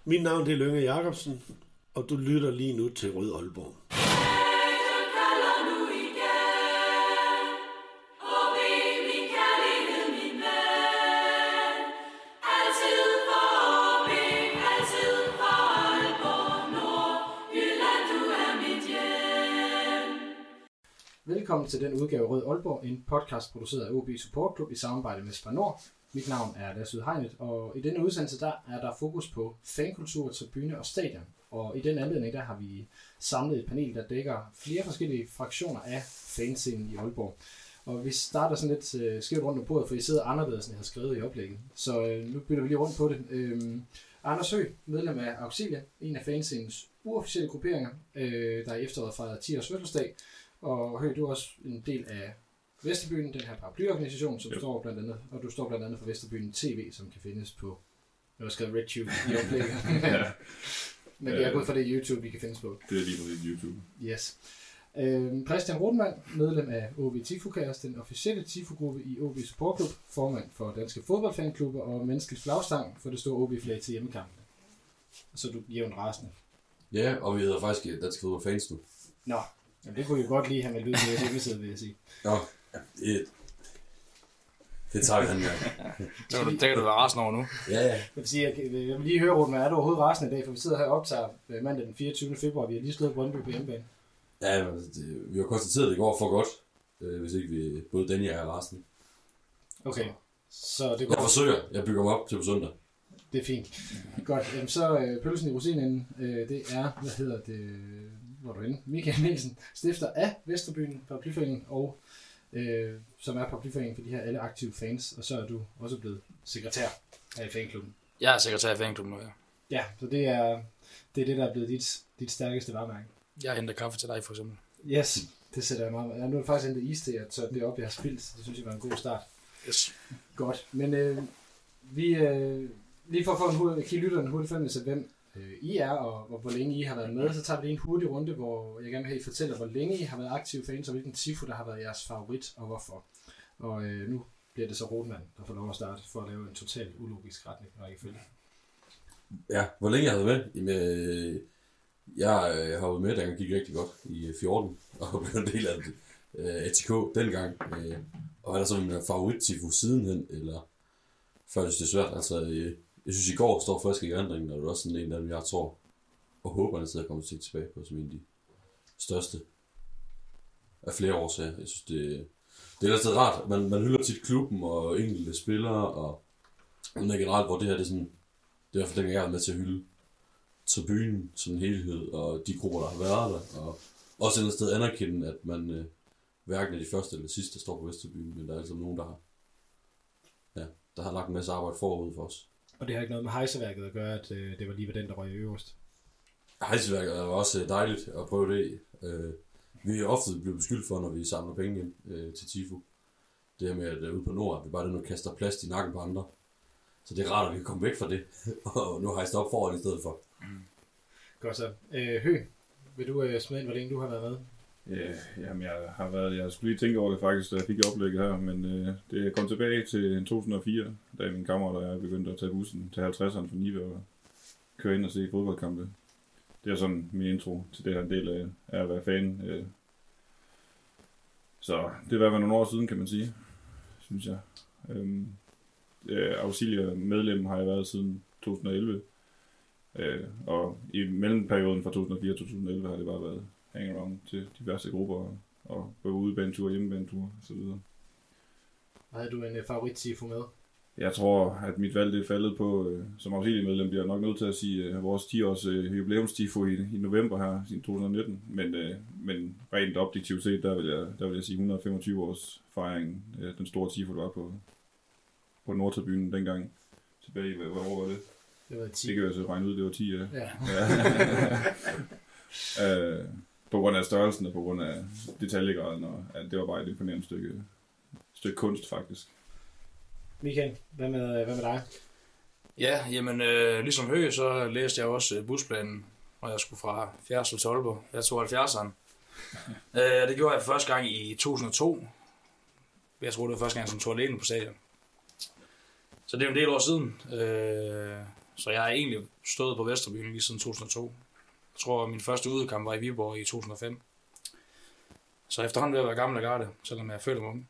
Mit navn det er Lynge Jacobsen, og du lytter lige nu til Rød Aalborg. Velkommen til den udgave af Rød Aalborg, en podcast produceret af OB Support Club i samarbejde med Spar Nord. Mit navn er Lasse Udhegnet, og i denne udsendelse der er der fokus på fankultur, tribune og stadion. Og i den anledning der har vi samlet et panel, der dækker flere forskellige fraktioner af fanscenen i Aalborg. Og vi starter sådan lidt skævt rundt om bordet, for I sidder anderledes, end jeg har skrevet i oplægget. Så nu bytter vi lige rundt på det. Anders Høgh, medlem af Auxilia, en af fanscenens uofficielle grupperinger, der i efteråret fejrede 10 års fødselsdag. Og Høgh, du er også en del af Vesterbyen, den her paraplyorganisation, som står blandt andet, og du står blandt andet for Vesterbyen TV, som kan findes på, jeg har skrevet RedTube i oplægget. Ja. Men det er gået for det YouTube, vi kan findes på. Det er lige på det YouTube. Yes. Christian Rodenmann, medlem af OB Tifokast, den officielle tifogruppe i OB Support Club, formand for Danske Fodboldfanklubber og menneskelig flagstang for det store OB-flag til hjemmekampene. Så du jævnt rasende. Ja, og vi hedder faktisk Danske Fodboldfans nu. Nå, jamen, det kunne vi godt lige have meldt ud til hjemmesiden, vil jeg sige. Nå, det tager vi den gang. Det kan du være rasende over nu. Ja. Jeg vil sige, jeg vil lige høre, Rodenmann, er du overhovedet rasende i dag? For vi sidder her og optager mandag den 24. februar, vi har lige slået Brøndby på hjemmebane. Ja, men vi har konstateret, at det går for godt, hvis ikke vi, både Daniel og jeg er rasende. Okay, så det går. Jeg forsøger, jeg bygger mig op til på søndag. Det er fint. Godt, jamen, så pølsen i rosinen, det er, hvor er du henne? Michael Nielsen, stifter af Vesterbyen Paraplyforeningen, og som er paraplyforeningen for de her alle aktive fans, og så er du også blevet sekretær af fanklubben. Jeg er sekretær af fanklubben nu, ja. Ja, så det er det, der er blevet dit stærkeste varemærke. Jeg henter kaffe til dig, for eksempel. Yes, det sætter jeg meget. Nu er det faktisk hentet is til at tørre det op, jeg har spildt. Det synes jeg var en god start. Yes. Godt, men vi lige for at få lytterne en hurtig fornemmelse af, hvem I er, og hvor længe I har været med, så tager vi lige en hurtig runde, hvor jeg gerne vil have I fortæller, hvor længe I har været aktive fans, og hvilken tifo, der har været jeres favorit, og hvorfor. Og nu bliver det så Rodenmann, der får lov at starte, for at lave en totalt ulogisk retning, rækkefølge. Ja, hvor længe jeg har været med? Jeg har været med, da jeg gik rigtig godt i 14, og blev en del af ATK dengang. Og er der så min favorit-tifo sidenhen, eller før det er svært. Altså, jeg synes i går står frisk i erindringen, og det er også sådan en af dem, jeg tror og håber, at jeg kommer til at se tilbage på, som en af de største af flere årsager. Jeg synes, det er altid rart. Man hylder tit klubben og enkelte spillere, og generelt, hvor det her, det er sådan, det er i hvert fald den, jeg er med til at hylde tribunen som en helhed, og de grupper, der har været der, og også et sted anerkende, at man hverken er de første eller sidste, der står på Vesterbyen, men der er altså nogen, der har lagt en masse arbejde forud for os. Og det har ikke noget med hejseværket at gøre, at det var lige ved den, der røg øverst? Hejseværket var også dejligt at prøve det. Vi er ofte blevet beskyldt for, når vi samler penge ind til Tifo. Det her med, at ude på Nord, vi bare kaster plast i nakken på andre. Så det er rart, at vi kan komme væk fra det, og nu har jeg stoppet foran i stedet for. Godt så. Høgh, vil du smide ind, hvor længe du har været med? Jamen jeg skulle lige tænke over det faktisk, da jeg fik oplægget her, men det kom tilbage til 2004, da min kammerat og jeg begyndte at tage bussen til 50'erne for Nive og køre ind og se fodboldkampe. Det er sådan min intro til det her del af at være fan. Så det var nogle år siden, kan man sige, synes jeg. Auxilia medlem har jeg været siden 2011, og i mellemperioden fra 2004 til 2011 har det bare været hang around til diverse grupper og på udebaneture, hjemmebaneture osv. Havde du en favorit-tifo med? Jeg tror, at mit valg er faldet på, som Auxilia-medlem bliver jeg nok nødt til at sige, vores 10-års jubilæumstifo i november her, i 2019, men rent objektivt set, der vil jeg sige 125 års fejring, den store tifo, der var på Nordtribunen dengang, tilbage i, hvor år var det? Det var 10. Det kan jeg så regne ud, det var 10, ja. Ja. På grund af størrelsen og på grund af detaljegraden, og det var bare et imponerende stykke kunst, faktisk. Michael, hvad med dig? Ja, jamen ligesom Høgh, så læste jeg også busplanen, og jeg skulle fra Fjerdsel til Aalborg. Jeg tog 70'eren. Det gjorde jeg første gang i 2002. Jeg tror, det var første gang, som tog alene på stadion. Så det er jo en del år siden. Så jeg har egentlig stået på Vesterbyen lige siden 2002. Jeg tror, at min første udekamp var i Viborg i 2005. Så efterhånden vil jeg være gammel og garde, selvom jeg føler mig ung.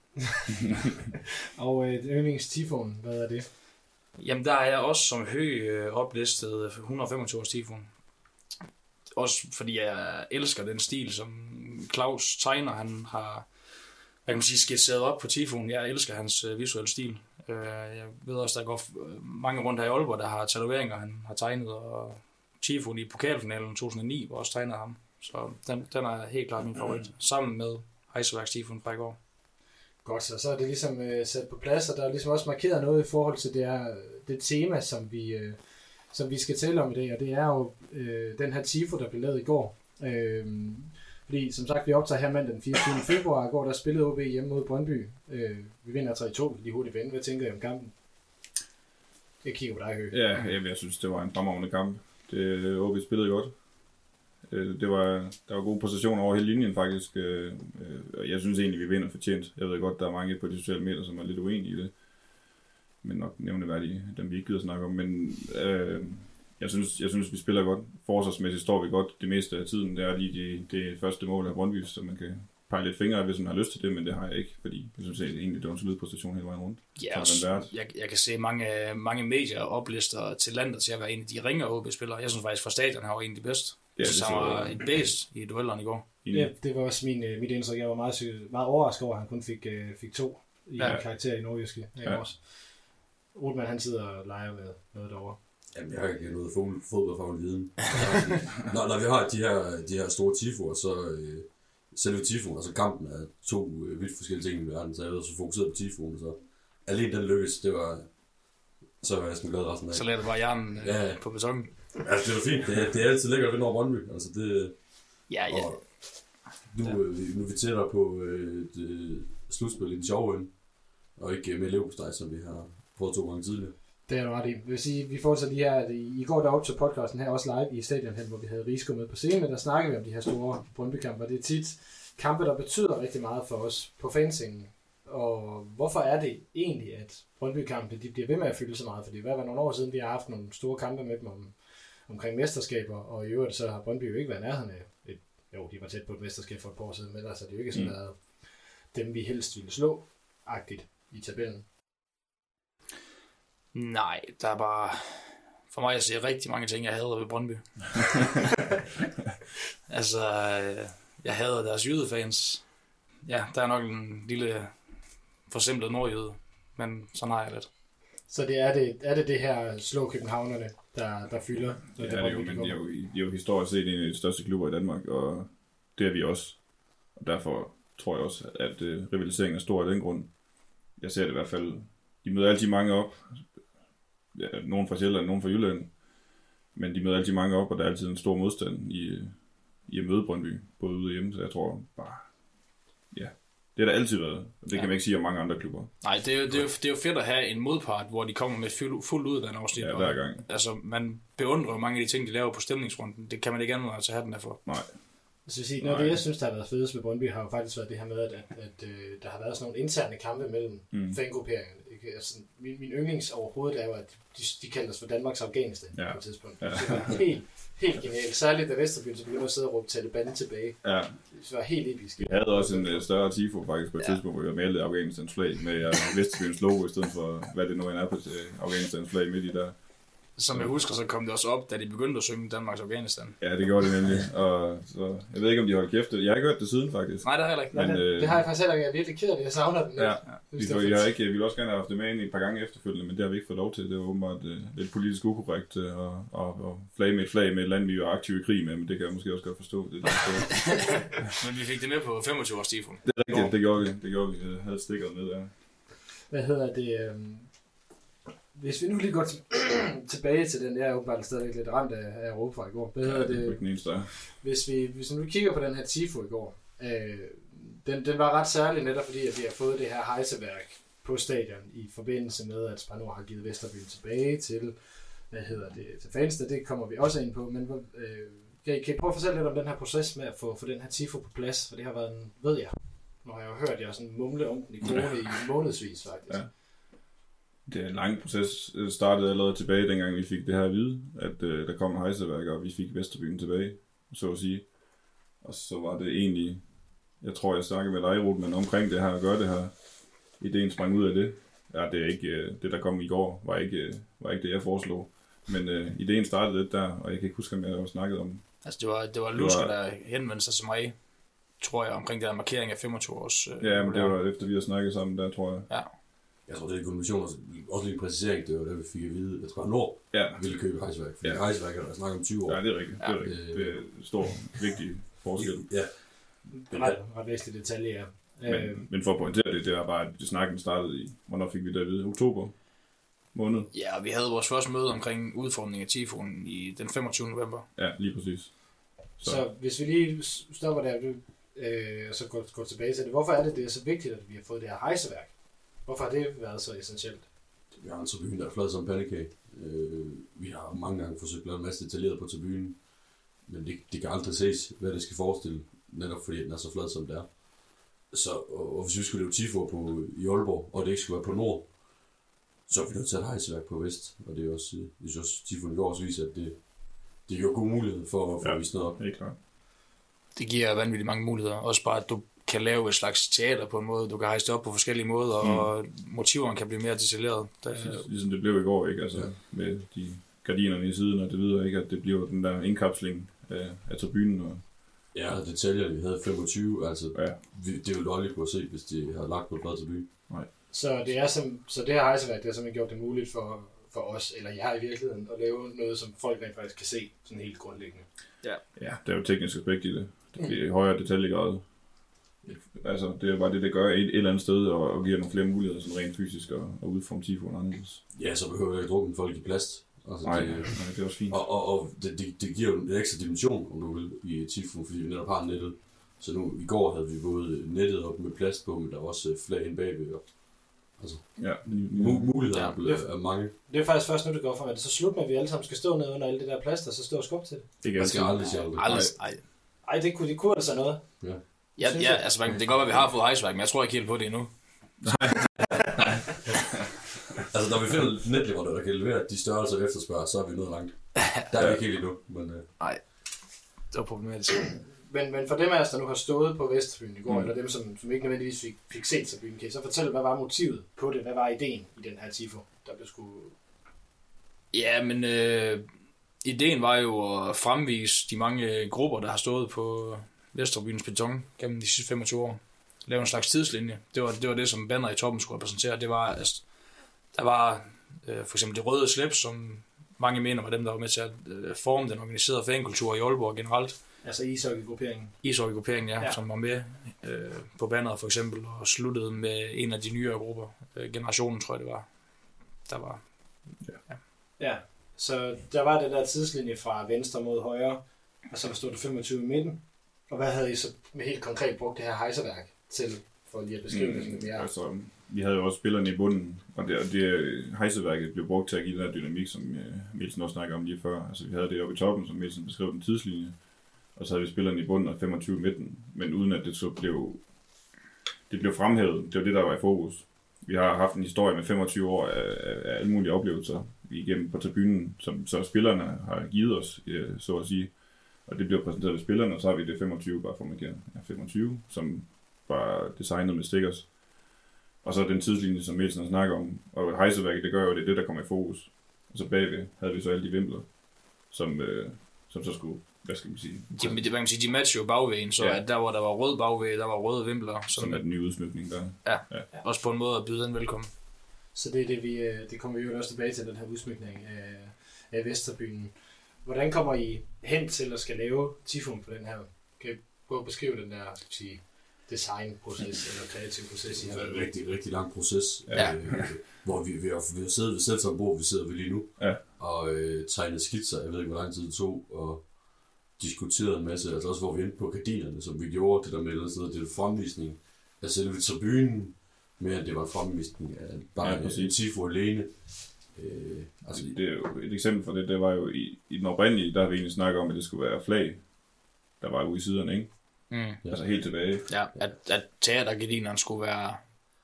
Og yndlings-tifon, hvad er det? Jamen, der er jeg også som Høgh oplistet 125 års tifon. Også fordi jeg elsker den stil, som Claus tegner. Han har, hvad kan man sige, skitseret op på tifonen. Jeg elsker hans visuelle stil. Jeg ved også, der går mange rundt her i Aalborg, der har tatoveringer, han har tegnet. Og tifon i pokalfinalen 2009 var også tegnet af ham. Så den er helt klart min favorit. Sammen med Heiselbergs tifon fra i går. Godt, så er det ligesom sat på plads, og der er ligesom også markeret noget i forhold til det tema, som vi skal tale om i dag, og det er jo den her tifo, der blev lavet i går. Fordi som sagt, vi optager her mandag den 24. februar, i går der spillede OB hjemme mod Brøndby. Vi vinder 3-2, lige hurtigt vende. Hvad tænker I om kampen? Jeg kigger på dig, Høgh. Ja, jeg synes, det var en fremragende kamp. OB spillede godt. Der var gode positioner over hele linjen faktisk. Jeg synes egentlig, vi vinder fortjent. Jeg ved godt, der er mange på de sociale medier, som er lidt uenige i det. Men nok nævneværdige, dem vi ikke gider snakke om. Men jeg synes, vi spiller godt. Forsvarsmæssigt står vi godt det meste af tiden. Det er lige det første mål af Brøndby, så man kan pege lidt fingre, hvis man har lyst til det, men det har jeg ikke, fordi jeg synes egentlig, det var en solid præstation hele vejen rundt. Ja, jeg kan se mange medier oplister til landet til at være en af de ringere OB-spillere. Jeg synes faktisk, fra stadion har var en af de bedste. Ja, det var et bedst i duellerne i går. Ja, det var også mit indtryk. Jeg var meget overrasket over, at han kun fik 2 i karakter i Nordjyske. Ja. Rudman, han sidder og leger med noget derovre. Jamen, jeg har ikke noget fodboldfaglig viden. Når vi har de her store tifoer, så selve tifoen, altså kampen er 2 vidt forskellige ting i verden, så jeg ved så fokuseret på tifoen, så alene den lykkes, så var jeg næsten glad resten af. Så lader det bare hjernen på betongen. Altså, det er fint. Det er altid lækkert at vinde over Brøndby. Altså, det... Ja. Nu er vi tættere på et slutspil i den sjove ende, og ikke med leverpostej, som vi har prøvet 2 gange tidligere. Det er du ret i. Jeg vil sige, vi fortsætter lige her. I går der op til podcasten her, også live i stadion, hvor vi havde Rigsgaard med på scenen, der snakkede vi om de her store Brøndby-kampe, og det er tit kampe, der betyder rigtig meget for os på fanscenen. Og hvorfor er det egentlig, at Brøndby-kampe de bliver ved med at fylde så meget? Fordi hvad var nogle år siden, vi har haft nogle store kampe med dem omkring mesterskaber, og i øvrigt så har Brøndby jo ikke været nærheden af jo, de var tæt på et mesterskab for et par år siden, men ellers er det jo ikke sådan været dem, vi helst ville slå-agtigt i tabellen. Nej, der er bare... For mig, jeg ser rigtig mange ting, jeg hader ved Brøndby. Altså, jeg hader deres jydefans. Ja, der er nok en lille forsimplet nordjyde, men sådan har jeg lidt. Så det er det her slå københavnerne, der fylder? Ja, det er jo, men det er jo historisk set en af de største klubber i Danmark, og det er vi også. Og derfor tror jeg også, at rivaliseringen er stor af den grund. Jeg ser det i hvert fald. De møder altid mange op. Ja, nogen fra Sjælland, nogen fra Jylland. Men de møder altid mange op, og der er altid en stor modstand i at møde Brøndby, både ude og hjemme. Så jeg tror bare, ja, det har der altid været. Det kan man ikke sige om mange andre klubber. Nej, det er jo fedt at have en modpart, hvor de kommer med fuldt ud af den afsnit. Ja, hver gang. Altså, man beundrer jo mange af de ting, de laver på stemningsrunden. Det kan man ikke andet at tage hatten af for. Nej. Så sige, noget af det, jeg synes, der har været fedest med Brøndby, har jo faktisk været det her med, at der har været sådan nogle interne kampe mellem fangrupperingerne. Altså, min yndlings overhovedet er jo, at de kaldte os for Danmarks Afghanistan på et tidspunkt. Ja. Det var helt genialt. Særligt da Vesterbyen så begyndte at sidde og råbe Taliban tilbage. Ja. Det var helt episk. Vi havde også en større tifo faktisk på et tidspunkt, hvor vi malede Afghanistans flag med Vesterbyens logo, i stedet for, hvad det nu end er på Afghanistans flag midt i der. Som jeg husker, så kom det også op, da de begyndte at synge Danmarks Afghanistan. Ja, det gjorde det nemlig. Og så, jeg ved ikke, om de holdt kæft. Jeg har ikke hørt det siden, faktisk. Nej, det har jeg ikke. Men, det har jeg faktisk heller ikke. Jeg er virkelig ked af det. Jeg savner den. Ja. Vi ville også gerne have haft det med ind et par gange efterfølgende, men det har vi ikke fået lov til. Det var åbenbart lidt politisk ukorrekt og flage med et flag med et land, vi var aktive i krig med, men det kan jeg måske også godt forstå. Men vi fik det med på 25 års tifon. Det er rigtigt, det gjorde vi. Jeg havde stikkeret med der. Hvad hedder det? Hvis vi nu lige går tilbage til den, jeg er åbenbart stadigvæk lidt ramt af Europa fra i går. Hvad hedder det? Hvis vi nu kigger på den her tifo i går, den var ret særlig netop fordi, at vi har fået det her hejseværk på stadion i forbindelse med, at Spar Nord har givet Vesterbyen tilbage til, til Falster. Det kommer vi også ind på, men kan I prøve at fortælle lidt om den her proces med at få den her tifo på plads? For det har været en, ved jeg, nu har jeg jo hørt jer sådan mumle om den i krone i månedsvis faktisk. Ja. Det er en lang proces. Det startede allerede tilbage, dengang vi fik det her at vide, at der kom hejseværker, og vi fik Vesterbyen tilbage, så at sige. Og så var det egentlig, jeg tror, jeg snakkede med dig, Ruth, men omkring det her at gøre det her, ideen sprang ud af det. Ja, det er ikke det, der kom i går, var ikke det, jeg foreslog. Men ideen startede lidt der, og jeg kan ikke huske, om jeg har snakket om. Altså, det var Lusker, der henvendte sig til mig, tror jeg, omkring den markering af 25 års... Ja, men det var efter, vi har snakket sammen der, tror jeg. Ja. Jeg tror, det er konventioner, også lige en præcisering, det var det, vi fik at vide. Jeg tror, at Nord ville købe hejseværk, fordi hejseværk er der snakket om 20 år. Ja, det er rigtigt. Det er rigtigt. Det er stor, vigtig forskel. Ja. Ret væsentlig detalje, ja. Men for at pointere det, det var bare, at snakken startede i, hvornår fik vi det at vide? Oktober måned? Ja, vi havde vores første møde omkring udformning af Tifoen i den 25. november. Ja, lige præcis. Så hvis vi lige stopper der, og så går tilbage til det. Hvorfor er det så vigtigt, at vi har fået det her hejseværk? Hvorfor har det været så essentielt? Vi har en tribune, der er flad som pandekage. Vi har mange gange forsøgt at lave en masse detaljeret på tribunen, men det kan aldrig ses, hvad det skal forestille, netop fordi den er så flad som det er. Så, og hvis vi skulle lave tifo i Aalborg, og det ikke skulle være på nord, så er vi nødt til at have hejseværk på vest. Og det er også, jeg synes, tifoen i går også viser, at det giver god mulighed for at vise noget op. Helt klart. Det giver vanvittigt mange muligheder. Også bare, at du kan lave et slags teater på en måde. Du kan hejse det op på forskellige måder, og motiverne kan blive mere detaljeret. Ligesom det blev i går, ikke? Altså, med de gardinerne i siden og det videre, ikke? At det bliver den der indkapsling af tribunen. Og... Ja, og detaljer, vi havde 25, altså det ville du aldrig kunne se, hvis de havde lagt noget blad til byen. Nej. Så det her hejseværk, det har simpelthen gjort det muligt for os, eller jeg i virkeligheden, at lave noget, som folk rent faktisk kan se, sådan helt grundlæggende. Ja, det er jo teknisk aspekt i det. Det bliver i højere detaljegrad. Altså, det er bare det gør et eller andet sted, og giver nogle flere muligheder, sådan rent fysisk, og udforme tifoen anderledes. Ja, så behøver jeg ikke drukke folk i plast. Altså, nej, det er også fint. Og det giver jo en ekstra dimension, om du vil, i tifoen, fordi vi netop har nettet. Så nu, i går havde vi både nettet op med plast på, men der var også flag inde bagved. Altså, muligheder er mange. Det er faktisk først nu, det går for mig. Det er så slut med, at vi alle sammen skal stå nede under alle det der plast, og så stå og skubbe til det. Det kan man skal aldrig sige aldrig. Ej, det kunne altså noget. Ja, altså det kan godt være, at vi har fået hejseværk, men jeg tror ikke helt på det endnu. Altså, når vi finder netleverandører, der kan levere de størrelser, vi efterspørger, så er vi nået langt. Der er vi ikke helt endnu. Nej, det var problematisk. Men for dem af os, der nu har stået på Vesterbyen i går, eller dem, som ikke nødvendigvis fik set sig byen, kan I så fortælle, hvad var motivet på det? Hvad var ideen i den her tifo, der blev skulle... Ja, men ideen var jo at fremvise de mange grupper, der har stået på Vesterbyens beton gennem de sidste 25 år. Lave en slags tidslinje. Det var det, som banner i toppen skulle repræsentere. Det var, altså, der var for eksempel det røde slips, som mange mener var dem, der var med til at forme den organiserede fankultur i Aalborg generelt. Altså ishockeygrupperingen. Ishockeygrupperingen, ja, som var med på banneret for eksempel, og sluttede med en af de nyere grupper. Generationen, tror jeg det var. Der var... Ja, så der var det der tidslinje fra venstre mod højre, og så stod der 25 i midten. Og hvad havde I så helt konkret brugt det her hejseværk til, for lige at beskrive det sådan mere? Altså, vi havde jo også spillerne i bunden, og det hejseværket blev brugt til at give den her dynamik, som Mielsen også snakkede om lige før. Altså, vi havde det oppe i toppen, som Mielsen beskrev den tidslinje, og så havde vi spillerne i bunden og 25 i midten, men uden at det så blev fremhævet. Det var det, der var i fokus. Vi har haft en historie med 25 år af alle mulige oplevelser igennem på tribunen, som så spillerne har givet os, så at sige. Og det bliver præsenteret ved spillerne, og så har vi det 25, bare for at markere. Ja, 25, som var designet med stickers. Og så den tidslinje, som Mielsen har snakket om. Og hejseværket, det gør jo, det der kommer i fokus. Og så bagved havde vi så alle de vimpler, som så skulle, hvad skal man sige? De matcher jo bagvægen, så at der hvor der var rød bagvæg, der var røde vimpler. Som er den nye udsmykning der. Ja, også på en måde at byde den velkommen. Så det er det, det kommer vi jo også tilbage til, den her udsmykning af Vesterbyen. Hvordan kommer I hen til at skal lave tifoen på den her? Kan I prøve at beskrive den der, skal sige, designproces eller kreativ proces? Det er en rigtig, rigtig lang proces, hvor vi har siddet ved selv som bord, vi sidder ved lige nu, og tegnet skitser, jeg ved ikke, hvor lang tid det tog, og diskuteret en masse, altså også hvor vi endte på gardinerne, som vi gjorde, det der med eller sådan, det der fremvisning af selve tribunen, mere end det var en fremvisning af bare en tifo alene. Altså, det er jo et eksempel for det var jo i den oprindelige, der har vi egentlig snakket om, at det skulle være flag, der var ude i siderne, ikke? Altså helt tilbage. Ja, at teatergardinerne skulle være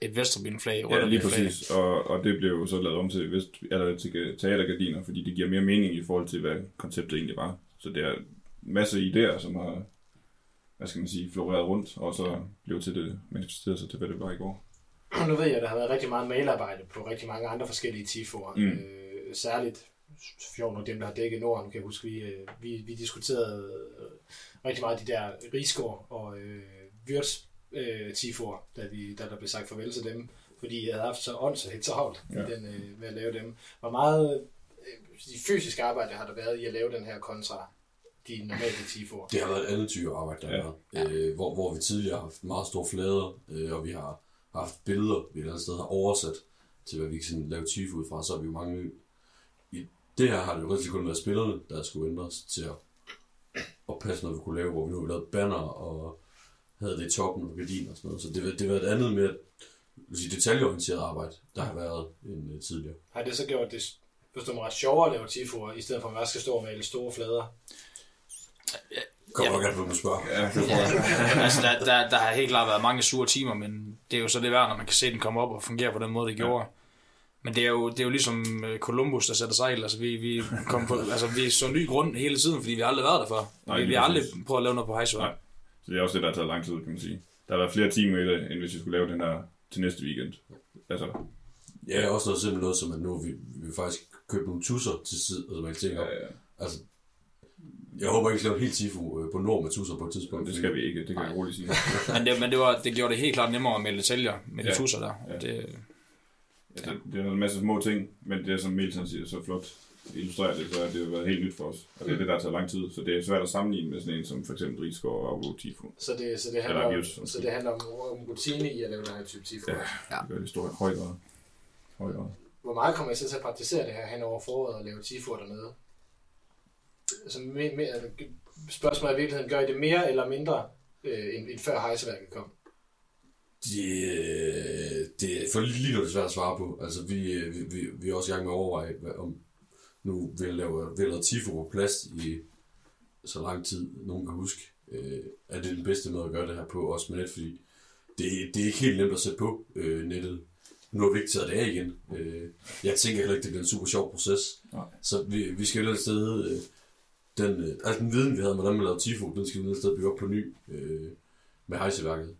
et Vesterbyen-flag. Ja, lige præcis. Og det blev jo så lavet om til teatergardiner, fordi det giver mere mening i forhold til, hvad konceptet egentlig var. Så det er en masse idéer, som har, floreret rundt, og så blev til det manifesteret sig til, hvad det var i går. Nu ved jeg, at der har været rigtig meget mailarbejde på rigtig mange andre forskellige tifoer. Særligt fjord og dem, der har dækket Norden, kan jeg huske, vi diskuterede rigtig meget de der Risgaard og Wirtz tifoer, da der blev sagt farvel til dem, fordi jeg havde haft så åndssigt travlt med at lave dem. Hvor meget de fysiske arbejde har der været i at lave den her kontra de normale tifoer? Det har været et andet type arbejde, der har været. Hvor vi tidligere har haft meget store flader, og vi har haft billeder, vi et eller andet sted har oversat til, hvad vi kan lave tifo ud fra, så har vi jo mange. I det her har det jo rigtig kun været spillerne, der skulle ændres til at passe noget, vi kunne lave, hvor vi nu har lavet banner og havde det i toppen og gardiner og sådan noget. Så det var et andet mere detaljeorienteret arbejde, der har været end tidligere. Har det så gjort det, forstår mig, ret sjovere at lave tifoer, i stedet for at man skal stå og male store flader? Kommer nok at du spørger. Altså, der har helt klart været mange sure timer, men det er jo så det værd, når man kan se den komme op og fungere på den måde, det gjorde. Men det er jo ligesom Columbus, der sætter sejl. Altså, vi så ny grund hele tiden, fordi vi har aldrig været der før. Vi har aldrig prøvet at lave noget på Hejsevej. Så det er også det, der har taget lang tid, kan man sige. Der har været flere timer i det, end hvis vi skulle lave den her til næste weekend. Altså. Ja, også noget som at nu vi faktisk købe nogle tusser til side, altså man tænker. Altså, jeg håber ikke, at vi laver helt tifo på Nord med tusser på et tidspunkt. Det skal vi ikke, det kan jeg roligt sige. men det gjorde det helt klart nemmere med detaljer med de tusser der. Ja. Det er en masse små ting, men det er som Mielsen siger, så flot illustrerer det, så det har været helt nyt for os. Og det er det, der tager lang tid, så det er svært at sammenligne med sådan en som for eksempel Risgaard og Augo Tifo. Så det handler om rutine i at lave den her type tifo? Ja, det gør det i stor høj grad. Hvor meget kommer I til at praktisere det her hen over foråret og lave tifoer dernede? Altså, spørgsmålet i virkeligheden, gør I det mere eller mindre, end før Hejseværket kom? Det er for lige noget svært at svare på. Altså, vi er også i gang med at overveje, om nu vil jeg lave tifo på plads i så lang tid, nogen kan huske. Er det den bedste måde at gøre det her på, også med net, fordi det er ikke helt nemt at sætte på nettet. Nu har vi ikke taget det af igen. Jeg tænker heller ikke, det bliver en super sjov proces. Nej. Så vi skal jo et sted, den viden, vi havde med, hvordan man lavede tifo, den skal vi et sted bygge op på ny med Hejseværket.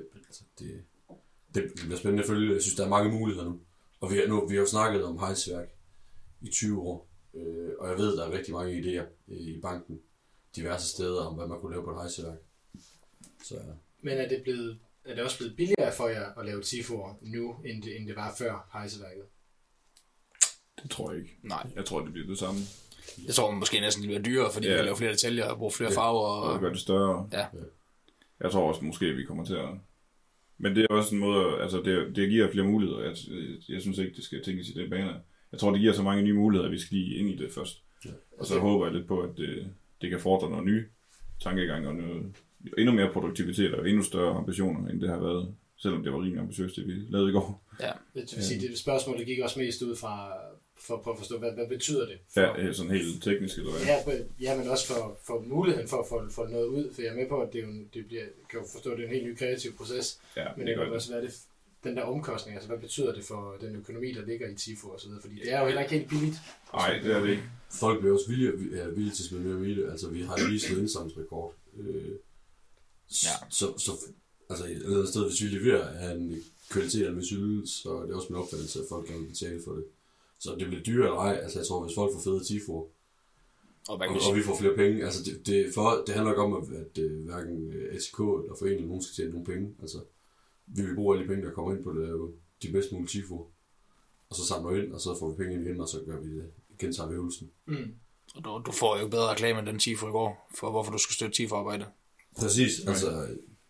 Det bliver spændende at følge. Jeg synes, der er mange muligheder nu. Og vi har jo snakket om Hejseværk i 20 år. Og jeg ved, der er rigtig mange idéer i banken. Diverse steder om, hvad man kunne lave på et Hejseværk. Så. Men er det også blevet billigere for jer at lave tifoer nu, end det var før Hejseværket? Det tror jeg ikke. Nej. Jeg tror, det bliver det samme. Jeg tror måske næsten, det bliver dyrere, fordi vi kan lave flere detaljer og bruge flere farver. Og gøre det større. Ja. Jeg tror også, måske vi kommer til at. Men det er også en måde, altså det giver flere muligheder. Jeg synes ikke, det skal tænkes i det baner. Jeg tror, det giver så mange nye muligheder, at vi skal lige ind i det først. Ja. Og så håber jeg lidt på, at det kan fordre noget nye tankegang og endnu mere produktivitet og endnu større ambitioner, end det har været, selvom det var rimelig ambitiøst, det vi lavede i går. Ja, det vil sige, det spørgsmål, det gik også mest ud fra for at forstå, hvad betyder det? Ja, sådan helt teknisk, eller hvad? Ja, men også for muligheden for at få noget ud, for jeg er med på, at det kan jo forstå, at det er en helt ny kreativ proces, men det kan også være den der omkostning, altså hvad betyder det for den økonomi, der ligger i tifo og så videre, fordi det er jo heller ikke helt billigt. Nej, det er det ikke. Folk bliver også villige til at spille mere vilje, altså vi har lige slået indsamlingsrekord. Så altså et andet sted, hvis vi leverer af en kvalitet af med så er det også min opfattelse, at folk kan betale for det. Så det bliver dyrere eller ej, altså jeg tror, hvis folk får fede tifoer, og vi får flere penge, altså det handler ikke om, at hverken ATK eller foreningen nogen skal tjene nogle penge, altså vi vil bruge alle de penge, der kommer ind på det, de bedste mulige tifoer, og så samler vi ind, og så får vi penge ind igen, og så gør vi det, gentager vi øvelsen. Og du får jo bedre reklame end den tifo i går, for hvorfor du skal støtte tifo-arbejde. Præcis, altså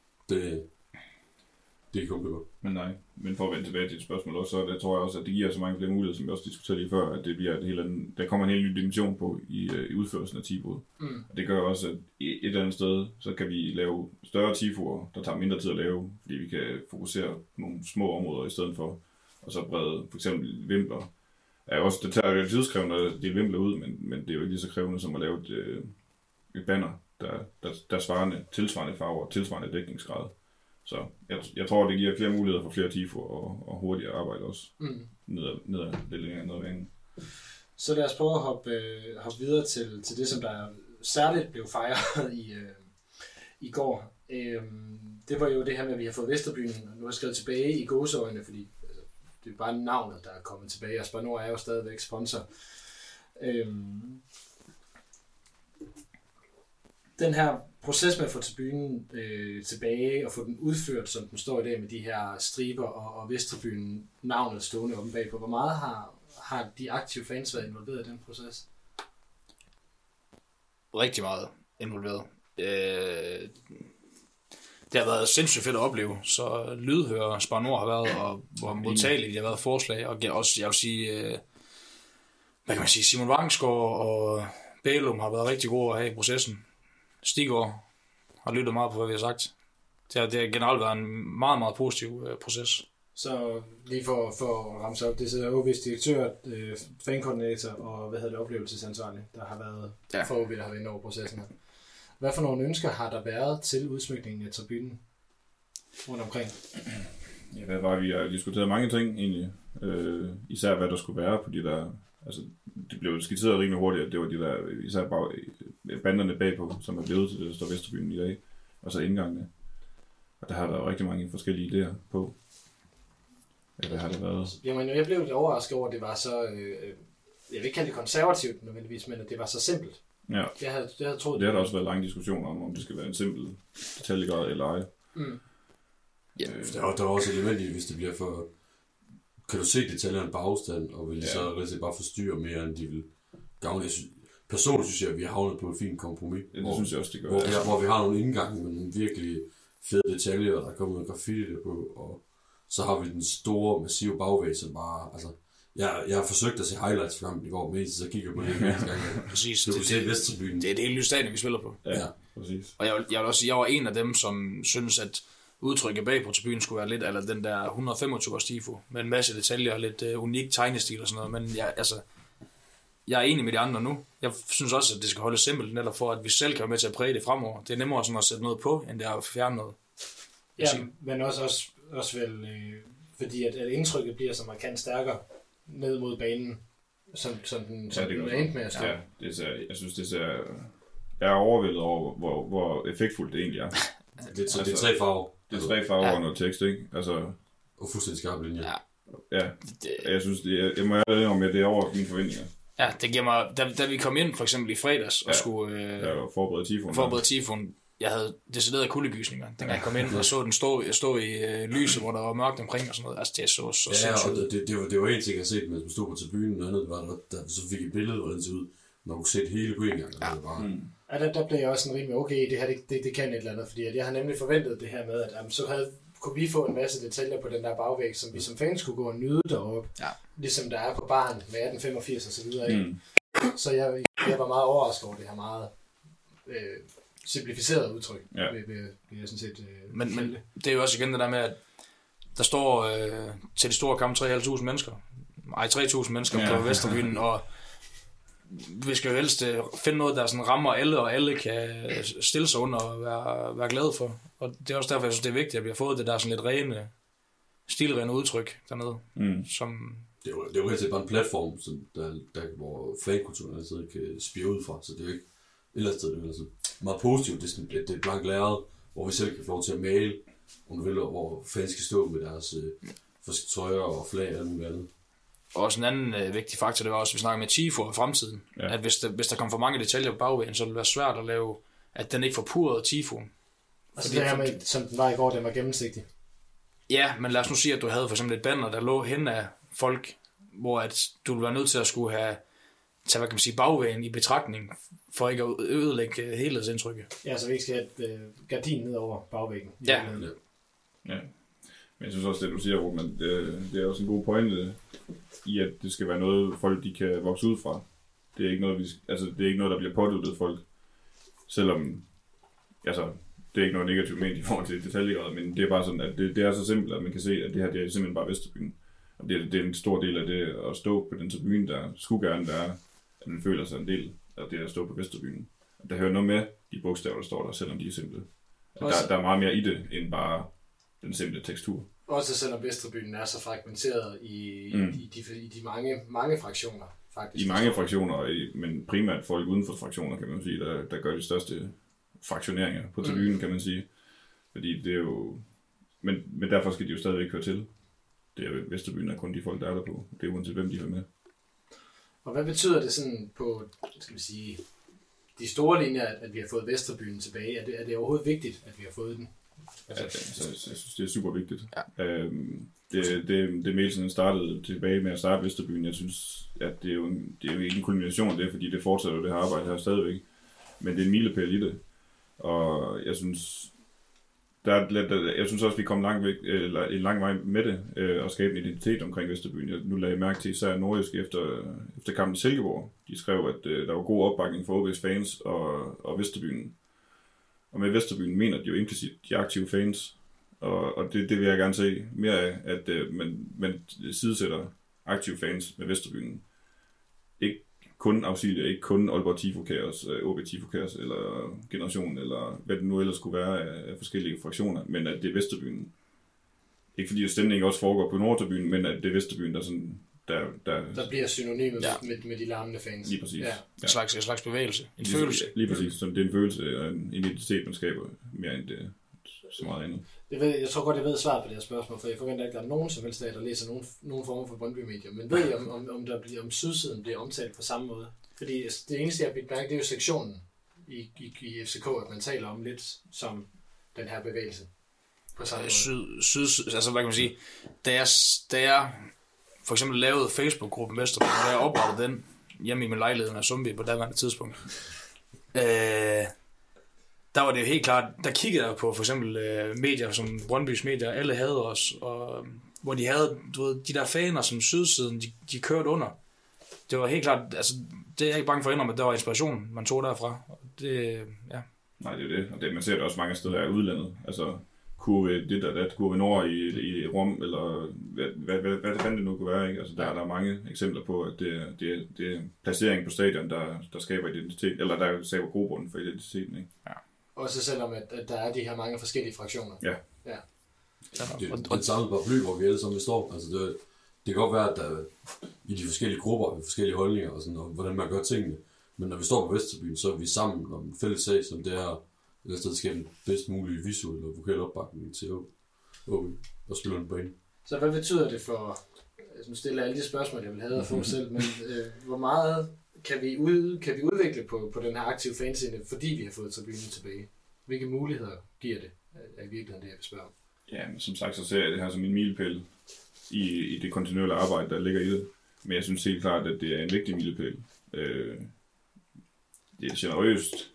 det er komplet godt. Men for at vende tilbage til et spørgsmål også, så tror jeg også, at det giver så mange flere muligheder, som vi også diskuterede lige før, at det bliver et helt andet, der kommer en helt ny dimension på i udførelsen af tifoet. Og det gør også, at et eller andet sted, så kan vi lave større tifoer, der tager mindre tid at lave, fordi vi kan fokusere på nogle små områder i stedet for, og så brede for eksempel vimpler. Det tager jo tidskrævende at dele vimpler ud, men det er jo ikke lige så krævende som at lave et banner, der tilsvarende farver og tilsvarende dækningsgrad. Så jeg tror, det giver flere muligheder for flere tifo og hurtigere arbejde også. Ned lidt længere ned ad banen. Så lad os prøve at hoppe videre til det, som der særligt blev fejret i går. Det var jo det her med, at vi har fået Vesterbyen, og nu har skrevet tilbage i gåseøjne, fordi det er bare navnet, der er kommet tilbage, og Spar Nord er jo stadigvæk sponsor. Den her proces med at få tribunen tilbage og få den udført, som den står i dag med de her striber og Vesterbyen navnet stående oppe bagpå, hvor meget har de aktive fans været involveret i den proces? Rigtig meget involveret. Det har været sindssygt fedt at opleve, så lydhør Spar Nord har været, og hvor modtageligt de har været forslag, og også, jeg vil sige, hvad kan man sige, Simon Vangsgaard og Bælum har været rigtig gode at have i processen. Stiggaard har lyttet meget på, hvad vi har sagt. Det har generelt været en meget, meget positiv proces. Så lige for at ramse op, det sidder OB's direktør, fankoordinator og oplevelsesansvarlig, der har været for OB, der har været inde over processen her. Hvad for nogle ønsker har der været til udsmykningen af tribunen rundt omkring? Ja, hvad var vi? har diskuteret mange ting egentlig. Især hvad der skulle være på de der... Altså, det blev skitseret rimelig hurtigt, at det var de der, især banderne bagpå, som er blevet til det, der står Vesterbyen i dag, og så indgangene. Og der har der rigtig mange forskellige idéer på. Ja, hvad har det været? Jamen, jeg blev lidt overrasket over, at det var så... jeg vil ikke kalde det konservativt nødvendigvis, men at det var så simpelt. Ja, jeg havde troet, det har der også været lange diskussioner om det skal være en simpel detaljegrad eller ej. Ja, der er også element i, hvis det bliver for... Kan du se detaljerne på afstand, og vil så rigtig bare forstyrre mere, end de vil gavne? Personligt synes jeg, at vi har havnet på et fint kompromis. Ja, det synes jeg også, det gør. Hvor vi har nogle indgange med nogle virkelig fede detaljer, der er kommet noget graffiti på, og så har vi den store, massive bagvæg, som bare... Altså, jeg har forsøgt at se highlights fra kampen i går, men så kigger jeg på det en gang. Præcis. Det er Vesterbyen. Det er det hele nye stadion, vi spiller på. Ja, præcis. Og jeg vil også sige, at jeg var en af dem, som synes, at udtrykket bag på tribunen skulle være lidt, eller den der 125 års tifo, med en masse detaljer og lidt unik tegnestil og sådan noget, men jeg er enig med de andre nu. Jeg synes også, at det skal holdes simpelt, netop for, at vi selv kan være med til at præge det fremover. Det er nemmere sådan at sætte noget på, end det er at fjerne noget. Ja, men også vel, fordi at indtrykket bliver så markant stærkere ned mod banen, som den er endt med at stå. Ja, jeg synes, det ser... Jeg er overvældet over, hvor effektfuldt det egentlig er. Det er 3 farver. Det er 3 farver og noget tekst, ikke? Altså... Og fuldstændig skarpe linjer. Ja. Jeg synes, jeg må have det om, at det er over mine forventninger. Ja, det giver mig... Da vi kom ind, for eksempel i fredags, og skulle... forberede tifon. Jeg havde deciderede kuldegysninger, dengang jeg kom ind og så den stå i lyset, hvor der var mørkt omkring og sådan noget. Altså, det så og det var en ting, jeg har set, mens man stod på tribunen, og andet var der, så fik et billede, hvordan det så ud. Man kunne se det hele på en gang. Ja, der blev jeg også en rimelig okay, det her det kan et eller andet, fordi at jeg har nemlig forventet det her med, at så kunne vi få en masse detaljer på den der bagvæg, som vi som fans kunne gå og nyde deroppe, ligesom der er på baren med 1885 og så videre. Så jeg var meget overrasket over det her meget simplificeret udtryk. Ja. Vil jeg sådan set, men det er jo også igen det der med, at der står til de store kampe 3.500 mennesker. 3.000 mennesker på Vesterbyen, og vi skal jo helst finde noget, der sådan rammer alle, og alle kan stille sig under og være glade for. Og det er også derfor, jeg synes, det er vigtigt, at vi har fået det der sådan lidt rene, stilrene udtryk dernede. Som... Det er jo helt bare en platform, som hvor fankulturen altid kan spire ud fra, så det er jo ikke et eller andet sted, det er altså meget positivt. Det er et blankt lærred, hvor vi selv kan få lov til at male, om du vil, hvor fans skal stå med deres trøjer og flag og alt muligt andet. Og også en anden vigtig faktor, det var også, at vi snakker med tifo i fremtiden. Ja. At hvis der kommer for mange detaljer på bagvægen, så vil det være svært at lave, at den ikke forpurrede tifoen. Altså det her med, som den var i går, den var gennemsigtig. Ja, men lad os nu sige, at du havde for eksempel et banner, der lå hen af folk, hvor at du ville være nødt til at skulle tage, hvad kan man sige, bagvægen i betragtning, for ikke at ødelægge helhedsindtrykket. Ja, så vi ikke skal have et gardin ned over bagvæggen. Ja. Men jeg synes også, det du siger, Roman, det er også en god pointe i, at det skal være noget, folk de kan vokse ud fra. Det er ikke noget, det er ikke noget, der bliver påduttet folk. Selvom, det er ikke noget negativt ment i forhold til detaljegrad, men det er bare sådan, at det er så simpelt, at man kan se, at det her det er simpelthen bare Vesterbyen. Og det er en stor del af det at stå på den tribune, der skulle gerne være, at man føler sig en del af det at stå på Vesterbyen. Der hører noget med de bogstaver, der står der, selvom de er simple. Der er meget mere i det, end bare den simple tekstur. Også selvom Vesterbyen er så fragmenteret i de mange fraktioner, faktisk. I mange fraktioner, men primært folk uden for fraktioner, kan man sige, der gør de største fraktioneringer på tribunen, kan man sige. Fordi det er jo... Men derfor skal de jo stadigvæk køre til. Det er jo, Vesterbyen er kun de folk, der er der på. Det er uanset hvem de har med. Og hvad betyder det sådan på, skal vi sige, de store linjer, at vi har fået Vesterbyen tilbage? Er det overhovedet vigtigt, at vi har fået den? Altså, jeg synes, det er super vigtigt. Ja. Det Mielsen startede tilbage med at starte Vesterbyen. Jeg synes, at det er jo ikke en kulmination af det, fordi det fortsætter jo det her arbejde her stadigvæk. Men det er en milepæl i det. Og jeg synes, jeg synes også, vi kom en lang vej med det, og skabe en identitet omkring Vesterbyen. Nu lagde jeg mærke til især Nordjysk efter kampen i Silkeborg. De skrev, at der var god opbakning for OB's fans og Vesterbyen. Og med Vesterbyen mener de jo implicit de aktive fans. Og det vil jeg gerne se mere af, at man sidesætter aktive fans med Vesterbyen. Ikke kun Auxilia, ikke kun Aalborg Tifo-Kaos, OB Tifo-Kaos eller Generation, eller hvad det nu ellers skulle være af forskellige fraktioner, men at det er Vesterbyen. Ikke fordi stemningen også foregår på Nordtabyen, men at det er Vesterbyen, der sådan... Der bliver synonymet med de larmende fans. Lige præcis. Ja. En slags bevægelse. En følelse. Lige præcis. Så det er en følelse og en identitet, man skaber mere end det så meget andet. Jeg tror godt, jeg ved svaret på det her spørgsmål, for jeg forventer ikke, at der er nogen som helst der læser nogen former for Brøndby-medier. Men ved I, om sydsiden bliver omtalt på samme måde? Fordi det eneste, jeg har bidt mærke, det er jo sektionen i FCK, at man taler om lidt som den her bevægelse. På samme måde. Altså, hvad kan man sige? Da jeg for eksempel lavede Facebook-gruppen Vesterbyen, da jeg oprettede den hjemme i min lejlighed af Sundby på daværende tidspunkt, der var det jo helt klart, der kiggede jeg på for eksempel medier som Brøndbys medier, alle havde os, og hvor de havde, du ved, de der faner som sydsiden, de kørte under. Det var helt klart, altså det er jeg ikke bange for at indrømme, at der var inspiration, man tog derfra. Det, ja. Nej, det er det, og det, man ser det også mange steder i udlandet, altså kurve nord i Rom, eller hvad fanden det nu kunne være, ikke? Altså der er mange eksempler på, at det er placering på stadion, der skaber identitet, eller der skaber grobunden for identiteten, ikke? Ja. Også selvom, at der er de her mange forskellige fraktioner. Ja. Det er den samme paraply, hvor vi alle sammen står. Altså det kan godt være, at der i de forskellige grupper, forskellige holdninger og sådan, og hvordan man gør tingene. Men når vi står på Vesterbyen, så er vi sammen om en fælles sag, som det er et sted, der skaber den bedst mulige visuelle og vokale opbakning til OB og spillerne på en. Så hvad betyder det for, nu stiller alle de spørgsmål, jeg vil have at få selv, men hvor meget kan vi udvikle på den her aktive fanscene, fordi vi har fået tribunen tilbage? Hvilke muligheder giver det, er i virkeligheden det, jeg vil spørge om? Ja, men som sagt, så ser jeg det her som en milepæl i det kontinuerlige arbejde, der ligger i det. Men jeg synes helt klart, at det er en vigtig milepæl. Det er generøst,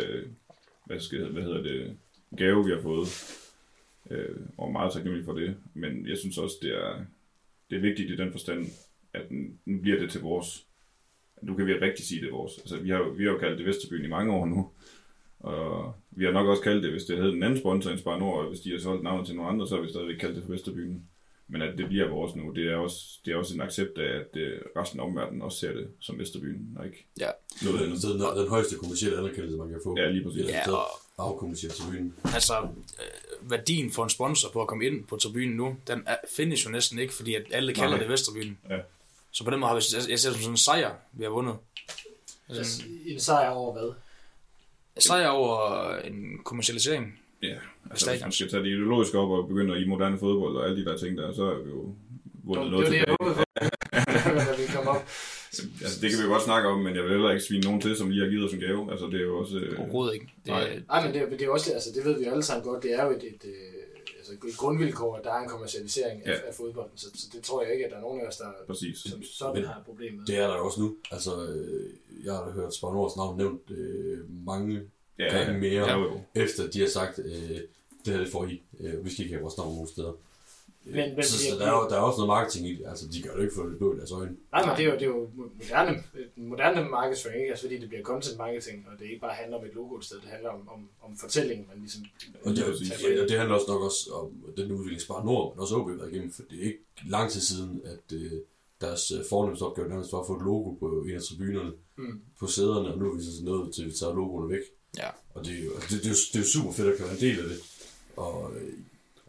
gave, vi har fået, og meget taknemmelig for det. Men jeg synes også, det er vigtigt i den forstand, at nu bliver det til vores. Nu kan vi rigtig sige det vores. Altså, vi har jo kaldt det Vesterbyen i mange år nu. Og vi har nok også kaldt det, hvis det havde en anden sponsor end Spar Nord, og hvis de har solgt navnet til nogle andre, så har vi stadigvæk kaldt det for Vesterbyen. Men at det bliver vores nu, det er også en accept af, at resten af omverdenen også ser det som Vesterbyen, og ikke noget andet. Så den højeste kommercielle anerkendelse, man kan få. Ja, lige præcis. Ja, og afkommercielt til byen. Altså, værdien for en sponsor på at komme ind på tribunen nu, den findes jo næsten ikke, fordi at alle kalder det Vesterbyen. Ja. Så på den måde har jeg ser det som sådan en sejr, vi har vundet. En sejr over hvad? En sejr over en kommercialisering. Ja, altså hvis man skal tage det ideologiske op og begynde i moderne fodbold og alle de der ting der, så er vi jo vundet noget tilbage. Det kommer op. Altså, det kan vi jo godt snakke om, men jeg vil heller ikke svine nogen til, som lige har givet os en gave. Altså, det er jo også... Overhovedet ikke. Nej, men det er også, altså, det ved vi jo alle sammen godt, det er jo et grundvilkår, at der er en kommercialisering af fodbolden, så det tror jeg ikke, at der er nogen af os, der som sådan har et problem med. Det er der også nu. Altså, jeg har hørt Spar Nords navn nævnt mange gange mere, efter de har sagt, det her det får I. Vi skal ikke have vores navn nogen steder. Så der er også noget marketing i det. Altså, de gør det ikke for det blå i deres øjne. Nej, men det er jo moderne markedsføring, ikke? Altså, fordi det bliver content marketing, og det ikke bare handler om et logo et sted. Det handler om fortællingen, man ligesom... Og det handler også nok også om den udvikling Spar Nord, men også OB været igennem, for det er ikke lang tid siden, at deres fornemmeste opgave nærmest var at få et logo på en af tribunerne på sæderne, og nu er vi så nået til, at vi tager logoerne væk. Ja. Og det er jo super fedt at kan være en del af det. Og altså,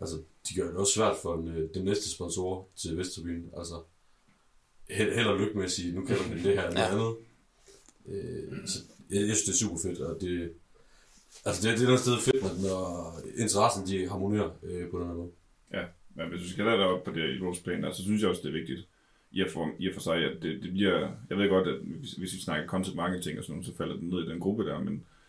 de gør det også svært for den næste sponsor til Vesterbyen. Altså, held og lykke med at sige, nu kalder vi det her noget andet. Så jeg synes, det er super fedt, og det er noget sted fedt, når interessen de harmonerer på den her måde. Ja, men hvis du skal lade dig op på det i vores plan, så synes jeg også, det er vigtigt i og for sig, at det bliver... Jeg ved godt, at hvis vi snakker content marketing og sådan noget, så falder den ned i den gruppe der,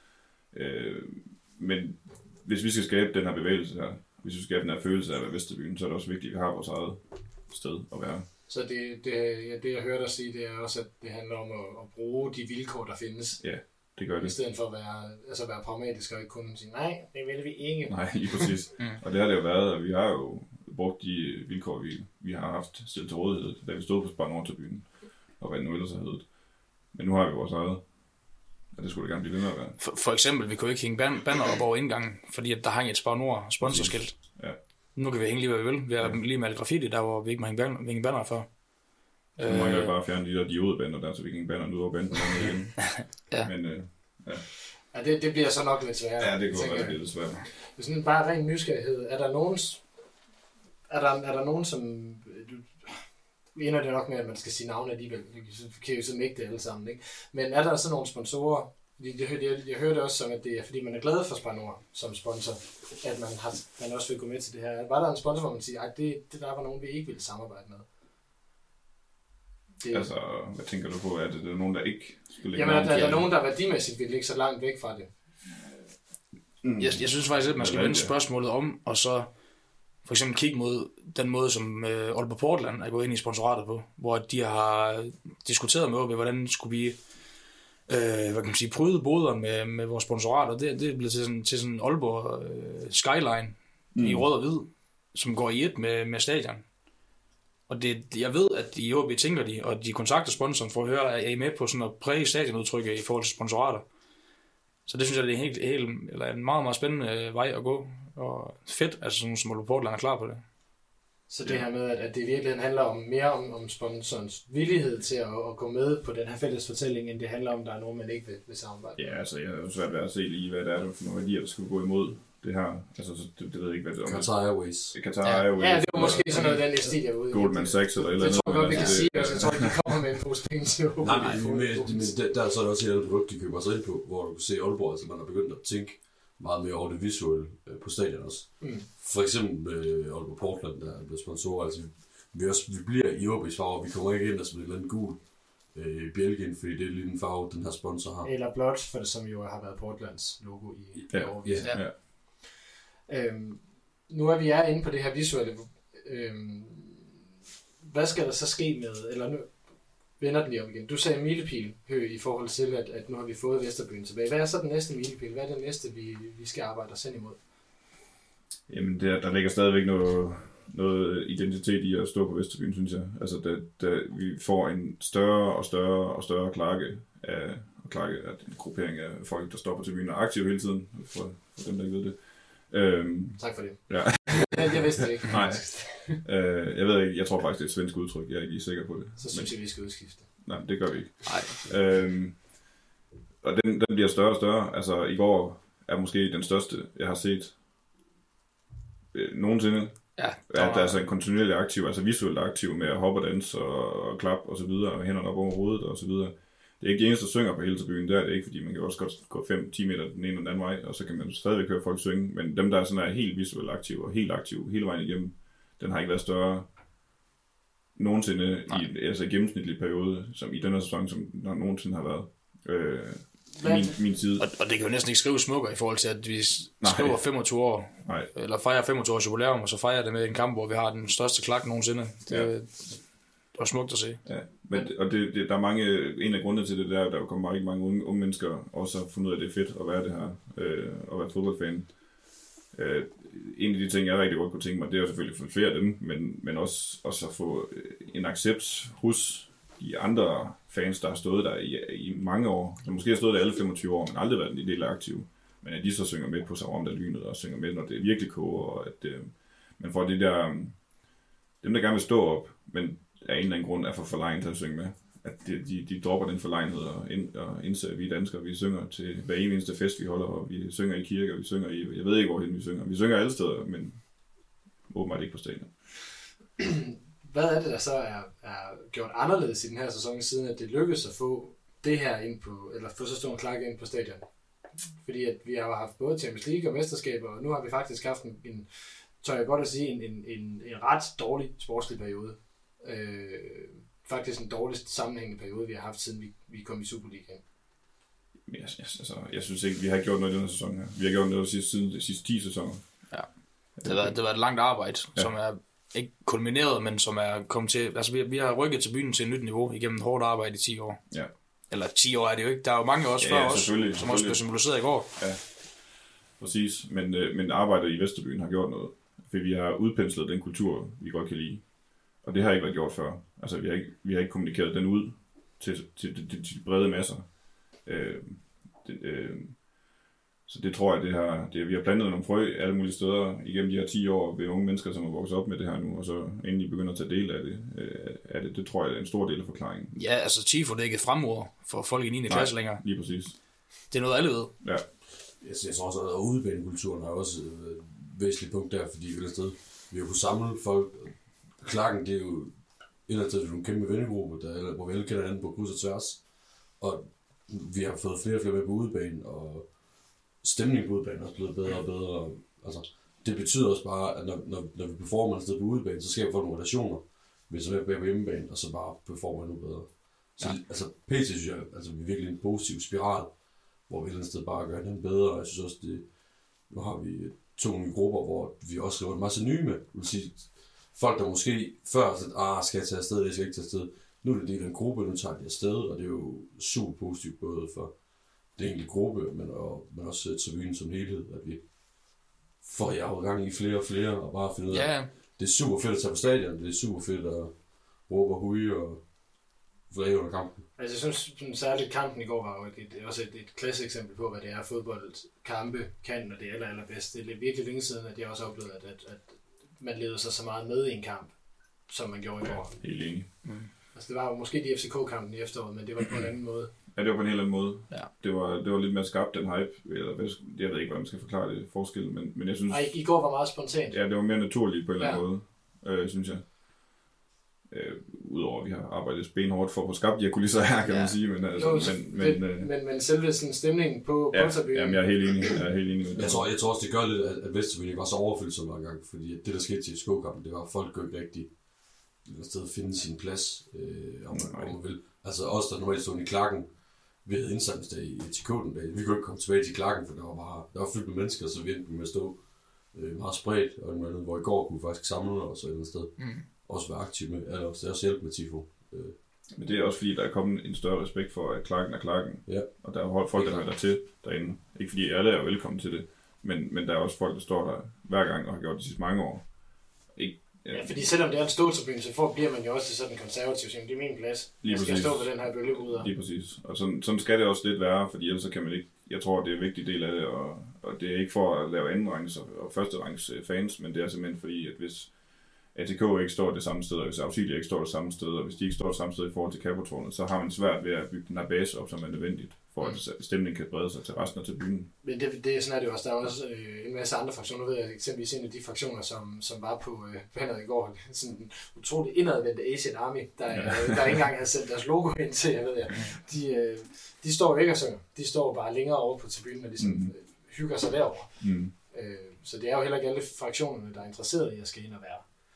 men hvis vi skal skabe den her bevægelse her, hvis vi skal skabe den her følelse af at være Vesterbyen, så er det også vigtigt, at vi har vores eget sted at være. Så det jeg hørte dig sige, det er også, at det handler om at bruge de vilkår, der findes. Ja, det gør det. I stedet for at være pragmatisk og ikke kun sige, nej, det vil vi ikke. Nej, lige præcis. Og det har det jo været, og vi har jo brugt de vilkår, vi har haft stillet til rådighed, da vi stod på Spar Nord-tribunen, og hvad det nu ellers har heddet. Men nu har vi vores eget. Og det skulle det gerne blive ved med at være. For eksempel, vi kunne ikke hænge banner op over indgangen, fordi at der hang et Spar Nord sponsorskilt. Ja. Nu kan vi hænge lige, hvad vi vil. Vi har lige malet graffiti, der hvor vi ikke må hænge banner for. Så må jeg bare fjerne de der diodebander der, så vi kan hænge bannerne ud over banden igen. Ja. Men, Ja, det bliver så nok lidt sværere. Ja, det kunne være lidt svært. Det er sådan bare ren nysgerrighed. Er der nogen, som... Nu ender det nok med, at man skal sige navne alligevel. Vi kan jo sådan ikke det alle sammen, ikke? Men er der sådan nogle sponsorer? Jeg hørte også som, at det er, fordi man er glad for Spar Nord som sponsor, at man også vil gå med til det her. Var der en sponsor, hvor man siger, at det der var nogen, vi ikke ville samarbejde med? Altså, hvad tænker du på? Er det nogen, der ikke skulle lægge Jamen, er der nogen, der værdimæssigt vil ligge så langt væk fra det? Jeg synes faktisk, at man skal vende spørgsmålet om, og så for eksempel kigge mod den måde, som Aalborg Portland er gået ind i sponsoratet på, hvor de har diskuteret med, hvordan skulle vi pryde boderne med vores sponsorater. Det er blevet til sådan en Aalborg skyline i rød og hvid, som går i et med stadion. Og jeg ved, at i HB tænker de, og de kontakter sponsoren for at høre, er I med på sådan at præge stadionudtrykket i forhold til sponsorater. Så det synes jeg, det er en meget, meget spændende vej at gå. Og fedt, altså sådan som Aalborg Portland er klar på det. Så det her med, at det i virkeligheden handler mere om sponsorens villighed til at gå med på den her fælles fortælling, end det handler om, at der er nogen, man ikke vil samarbejde. Ja, altså jeg er jo svært ved at se lige, hvad det er for nogle værdier, der skulle gå imod det her. Altså, det ved jeg ikke, hvad det er. Qatar Airways. Airways. Ja, det var måske sådan noget, den stil, jeg var ude i. Goldman Sachs eller et eller andet. Det tror jeg godt, vi kan sige, og jeg tror ikke, de kommer med en pose penge til at Nej, der er så også et andet produkt, de køber sig ind på, hvor du kan se Aalborg, altså man har begyndt at tænke meget mere over det visuelle på stadion også. For eksempel Aalborg Portland, der er blevet sponsorer, altså vi bliver i OB's farve, vi kommer ikke ind som et eller andet gul bjælke, fordi det er lige den farve, den her sponsor har. Eller blot, for det som jo har været Portlands logo i år. Ja. Nu er vi inde på det her visuelle. Hvad skal der så ske med, eller nu vender den lige op igen. Du sagde milepil, Høgh, i forhold til, at nu har vi fået Vesterbyen tilbage. Hvad er så den næste milepil? Hvad er det næste, vi skal arbejde os hen imod? Jamen, der ligger stadigvæk noget identitet i at stå på Vesterbyen, synes jeg. Altså, da vi får en større og større klakke af en gruppering af folk, der står på tribunen og aktive hele tiden, for dem, der ikke ved det. Tak for det. Ja. Jeg vidste det ikke. Nej. Jeg ved ikke, jeg tror faktisk, det er et svensk udtryk. Jeg er ikke lige sikker på det. Så synes jeg, vi skal udskifte. Nej, det gør vi ikke. Nej. Og den bliver større og større. Altså, i går er måske den største, jeg har set nogensinde. Ja, der er altså en kontinuerlig aktiv, altså visuelt aktiv med at hoppe og danse og klap og så videre, og hænderne op over hovedet og så videre. Det er ikke de eneste, der synger på hele tribunen, det er det ikke, fordi man kan også godt gå 5-10 meter den ene og den anden vej, og så kan man stadigvæk høre folk synge, men dem, der er sådan helt visuelt aktive og helt aktive hele vejen igennem, den har ikke været større nogensinde i gennemsnitlig periode, som i den her sæson, som der nogensinde har været. Min tid. Og det kan jo næsten ikke skrive smukkere i forhold til, at vi skriver 25 år, eller fejrer 25 års jubilæum, og så fejrer det med en kamp, hvor vi har den største klak nogensinde. Det var smukt at se. Ja, men, og der er en af grundene til det der kommer rigtig mange unge mennesker også har fundet ud af, at det er fedt at være det her, og være fodboldfan. En af de ting, jeg rigtig godt kunne tænke mig, det er jo selvfølgelig at få flere af dem, men også at få en accept hos de andre fans, der har stået der i mange år, som måske har stået der alle 25 år, men aldrig været en del aktiv, men at de så synger med på sig om der lynet, og synger med, når det virkelig koger, og at man får det der, dem der gerne vil stå op, men af en eller anden grund er for forlegen til at synge med, at de dropper den forlegenhed og indser, at vi danskere, vi synger til hver eneste fest, vi holder, og vi synger i kirker, vi synger i, jeg ved ikke, hvorhen vi synger alle steder, men åbenbart ikke på stadion. Hvad er det, der så er gjort anderledes i den her sæson, siden at det lykkedes at få det her ind på, eller få så stor en Clark ind på stadion? Fordi at vi har haft både Champions League og mesterskaber, og nu har vi faktisk haft en tør jeg godt at sige, en ret dårlig sportslig periode. Faktisk den dårligste sammenhængende periode, vi har haft, siden vi kom i Superligaen. Jeg synes ikke, vi har gjort noget i denne sæson her. Vi har gjort noget siden de sidste 10 sæsoner. Ja. Det var et langt arbejde, som er ikke kulmineret, men som er kommet til... Altså, vi har rykket til byen til et nyt niveau igennem hårdt arbejde i 10 år. Ja. Eller 10 år er det jo ikke. Der er jo mange også før os, som også blev symboliseret i går. Ja, præcis. Men arbejdet i Vesterbyen har gjort noget. For vi har udpenslet den kultur, vi godt kan lide. Og det har ikke været gjort før. Altså, vi har ikke kommunikeret den ud til de brede masser. Så det tror jeg, vi har plantet nogle frø alle mulige steder igennem de her 10 år ved unge mennesker, som har vokset op med det her nu, og så endelig begynder at tage del af det. Det tror jeg er en stor del af forklaringen. Ja, altså Tifo, det er ikke et fremord for folk i 9. klasse længere. Lige præcis. Det er noget, alle ved. Ja. Jeg tror også, at udebanekulturen har også et væsentligt punkt der, fordi vi har kunnet samle folk. Klakken, det er jo et eller andet nogle kæmpe vennegruppe, hvor vi alle kender hinanden på kryds og tværs. Og vi har fået flere og flere med på udebanen, og stemningen på udebanen er også blevet bedre og bedre. Altså, det betyder også bare, at når vi performer et sted på udebanen, så skaber folk nogle relationer, hvis vi er på hjemmebanen, og så bare performer endnu bedre. Så altså, PT synes jeg, altså, vi er virkelig en positiv spiral, hvor vi et eller andet sted bare gør den bedre. Jeg synes også, nu har vi 2 nye grupper, hvor vi også skriver en masse nye med. Det vil sige, folk, der måske før sagde, skal jeg tage afsted, jeg skal ikke tage afsted. Nu er det del af en gruppe, nu tager de afsted, og det er jo super positivt, både for det enkelte gruppe, men også tribunen som helhed, at vi får jaget gang i flere og flere, og bare finde ud af, det er super fedt at tage på stadion, det er super fedt at råbe og huge og flage under kampen. Altså jeg synes særligt kampen i går var jo også et klasse eksempel på, hvad det er fodboldkampe kan, når det er allerbedst. Det er virkelig længe siden, at jeg også oplevede, at man levede sig så meget med i en kamp, som man gjorde i går. Helt enig. Altså det var jo måske de FCK-kampen i efteråret, men det var på en anden måde. Ja, det var på en helt anden måde. Ja. Det var lidt mere skabt, den hype. Eller, jeg ved ikke, hvordan man skal forklare det forskel, men jeg synes... Nej, i går var meget spontant. Ja, det var mere naturligt på en eller anden måde, synes jeg. Udover at vi har arbejdet benhårdt for at få skabt de her kulisser her, kan man sige. Men, altså, men selve sådan stemningen på Pulserbyen... Jamen, jeg er helt enig med det. Jeg tror også, det gør lidt, at Vesterbyen ikke var så overfyldt så mange gange, fordi det, der skete til FCK-kampen, det var, at folk ikke rigtig et sted at finde sin plads, om man vil. Altså os, der normalt stod i Klakken, vi havde indsamlingsdag i TK den dag. Vi kunne ikke komme tilbage til Klakken, for der var fyldt med mennesker, så vi endte med at stå meget spredt, og hvor i går kunne vi faktisk samle os et eller andet sted. Også være aktiv med, eller også hjælpe med Tifo. Men det er også fordi, der er kommet en større respekt for, at Klakken er Klakken. Ja. Og der er folk, der hører der til derinde. Ikke fordi alle er velkommen til det, men der er også folk, der står der hver gang og har gjort det sidste mange år. Ja, fordi selvom det er en ståltribune, så bliver man jo også sådan konservativ, så det er min plads. Jeg skal stå på den her bølgebryder. Lige præcis. Og sådan skal det også lidt være, fordi ellers så kan man ikke... Jeg tror, det er en vigtig del af det, og det er ikke for at lave andenrangs og førsterangs fans, men det er simpelthen fordi, at hvis ATK ikke står det samme sted, og hvis Auxilia ikke står det samme sted, og hvis de ikke står det samme sted i forhold til Kapotårnet, så har man svært ved at bygge den her base op, som er nødvendigt, for at stemningen kan brede sig til resten af tribunen. Men det sådan er det jo også. Der er også en masse andre fraktioner. Nu ved jeg eksempelvis en af de fraktioner, som var på bandet i går, sådan en utrolig indadvendte Asian Army, der ikke engang havde sendt deres logo ind til, jeg ved jeg. De står jo ikke og synger. De står bare længere over på tribunen, og ligesom hygger sig derovre. Så det er jo heller ikke alle fraktionerne, der er interesseret i at skal ind og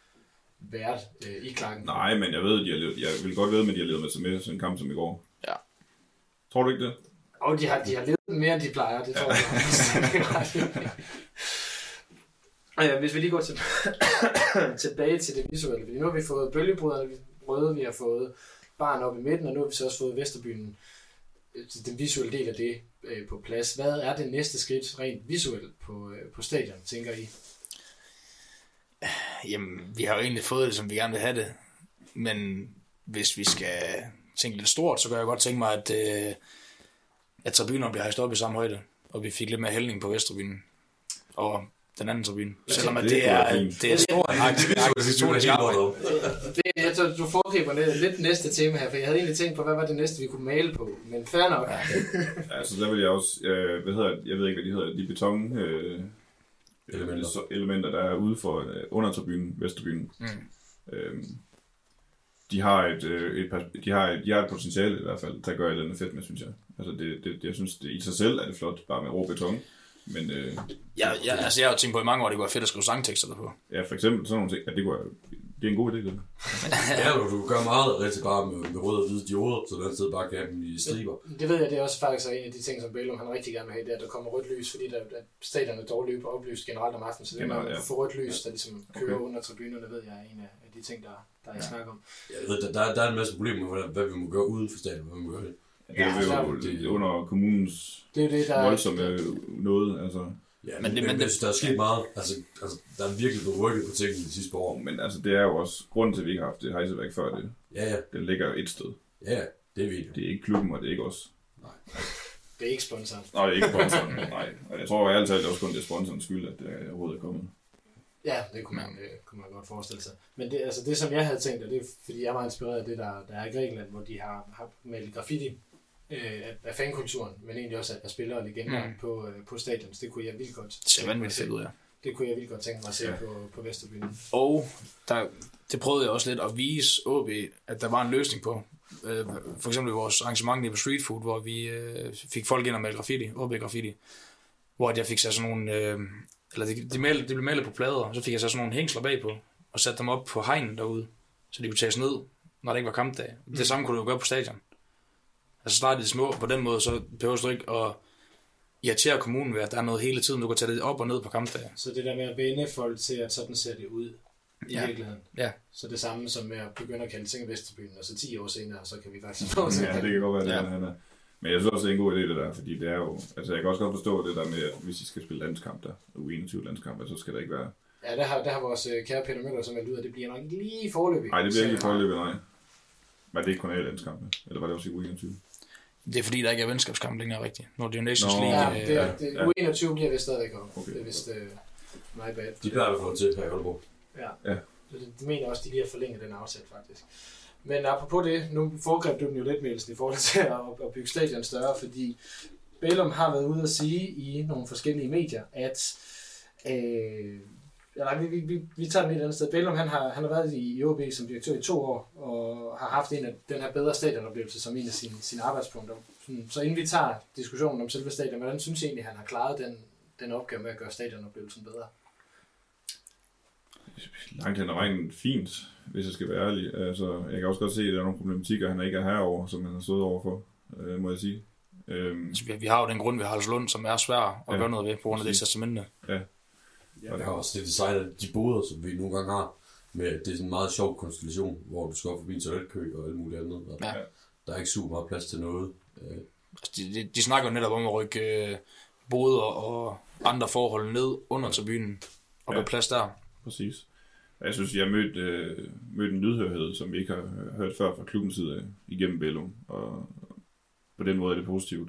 være i Klakken. Nej, men jeg vil godt vide, at de har levet med sig med sådan en kamp som i går. Ja. Tror du ikke det? Og de har levet mere, end de plejer, det tror jeg. Hvis vi lige går tilbage til det visuelle, fordi nu har vi fået bølgebryderne røde, vi har fået barn op i midten, og nu har vi så også fået Vesterbyen, den visuelle del af det på plads. Hvad er det næste skridt rent visuelt på stadion, tænker I? Jamen, vi har jo egentlig fået det, som vi gerne vil have det, men hvis vi skal tænke lidt stort, så kan jeg godt tænke mig, at tribunerne bliver hejst op i samme højde, og vi fik lidt mere hældning på Vesterbyen og den anden tribune. Selvom at det er stort. Jeg tror, du foregriber lidt næste tema her, for jeg havde egentlig tænkt på, hvad var det næste, vi kunne male på, men fair nok. Altså, der vil jeg også, jeg ved ikke, hvad de hedder, de beton... elementer, der er ude for undertribunen, Vesttribunen. De har et potentiale i hvert fald, der gør et eller andet fedt med, synes jeg. Altså jeg synes, det i sig selv er det flot, bare med rå beton. Men, jeg har jo tænkt på i mange år, det kunne være fedt at skrive sangtekster derpå. Ja, for eksempel sådan nogle ting, at det er en god idé, det. Ja, du gør meget rigtig bare med røde og hvide dioder, så den sted bare kan have dem i striber. Det ved jeg, det er også faktisk en af de ting, som Bælum han rigtig gerne vil have, det er, at der kommer rødt lys, fordi at stadion er dårligt oplyst generelt om aftenen, så det er, at man får rødt lys, der ligesom kører under tribunerne, ved jeg er en af de ting, der er i snak om. Jeg ved, der er en masse problemer med, hvad vi må gøre uden for stadion, hvad vi må gøre det. Det er jo under kommunens voldsomme noget, altså. Ja, men der er sket meget. Altså, der er virkelig blevet rykket på tingene de sidste par år. Men altså, det er jo også grunden til, at vi ikke har haft det hejseværk før det. Ja. Den ligger et sted. Ja, det er vi. Det er ikke klubben, og det er ikke os. Nej. Det er ikke sponsoren. Nej, det er ikke sponsoren. Nej. Og jeg tror ærligt talt, det er også kun det sponsorens skyld, at det overhovedet er kommet. Ja, det kunne man godt forestille sig. Men det, som jeg havde tænkt, og det er fordi jeg var inspireret af det, der er i Grækenland, hvor de har malet graffiti af fankulturen, men egentlig også af spillere og legender på stadions. Det kunne jeg vildt godt Det kunne jeg vildt godt tænke mig at se på Vesterbyen. Og det prøvede jeg også lidt at vise OB, at der var en løsning på. For eksempel vores arrangement på Street Food, hvor vi fik folk ind og malte graffiti, OB graffiti, hvor jeg fik sat sådan nogle, de blev malet på plader, og så fik jeg sat sådan nogle hængsler bagpå, og satte dem op på hegnen derude, så de kunne tages ned, når det ikke var kampdag. Det samme kunne du jo gøre på stadion. Altså startede de små, på den måde, så behøver du ikke at irritere kommunen ved, at der er noget hele tiden, du kan tage det op og ned på kampdag. Så det der med at vende folk til, at sådan ser det ud i virkeligheden. Ja. Så det samme som med at begynde at kalde ting Vesterbyen, og så 10 år senere, så kan vi faktisk Ja, det kan godt være, det han er. Men jeg synes også, det er en god idé, det der, fordi det er jo, altså jeg kan også godt forstå det der med, at hvis I skal spille landskamp der, U21 landskamp, så skal der ikke være. Ja, der har vores kære Peter Møller som meldt ud, at det bliver nok lige forløbig. Nej, det bliver ikke forløbig, nej. Var det ikke kun af landskampe, eller var det også i U21? Det er fordi, der ikke er venskabskamp længere rigtigt. Når det er jo Nations League. Ja, U21 bliver vist stadigvæk op. Okay. Det er vist my bad. De plejer at få til her i Aalborg. Ja. Det mener også, de lige har forlænget den aftale faktisk. Men apropos det, nu foregreb du den jo lidt, Mielsen, i forhold til at bygge stadion større, fordi Bælum har været ude at sige i nogle forskellige medier, at vi tager den et andet sted. Bælum, han har været i OB som direktør i 2 år, og har haft den her bedre stadionoplevelse som en af sine arbejdspunkter. Så inden vi tager diskussionen om selve stadion, hvordan synes I egentlig, han har klaret den opgave med at gøre stadionoplevelsen bedre? Langt hen ad vejen fint, hvis jeg skal være ærlig. Altså, jeg kan også godt se, at der er nogle problematikker, han ikke er herover, som han har stået overfor, må jeg sige. Vi har jo den grund ved Haraldslund, som er svær at gøre noget ved, på grund af det testamente. Ja. Og det har også det design af de boder, som vi nogle gange har, med det er sådan en meget sjov konstellation, hvor du skal op forbi en toiletkø og alt muligt andet. Og der er ikke super meget plads til noget. De snakker jo netop om at rykke boder og andre forhold ned under tribunen og gøre plads der. Præcis. Jeg synes, jeg har mødt en lydhørhed, som vi ikke har hørt før fra klubbens side igennem Bælum, og på den måde er det positivt.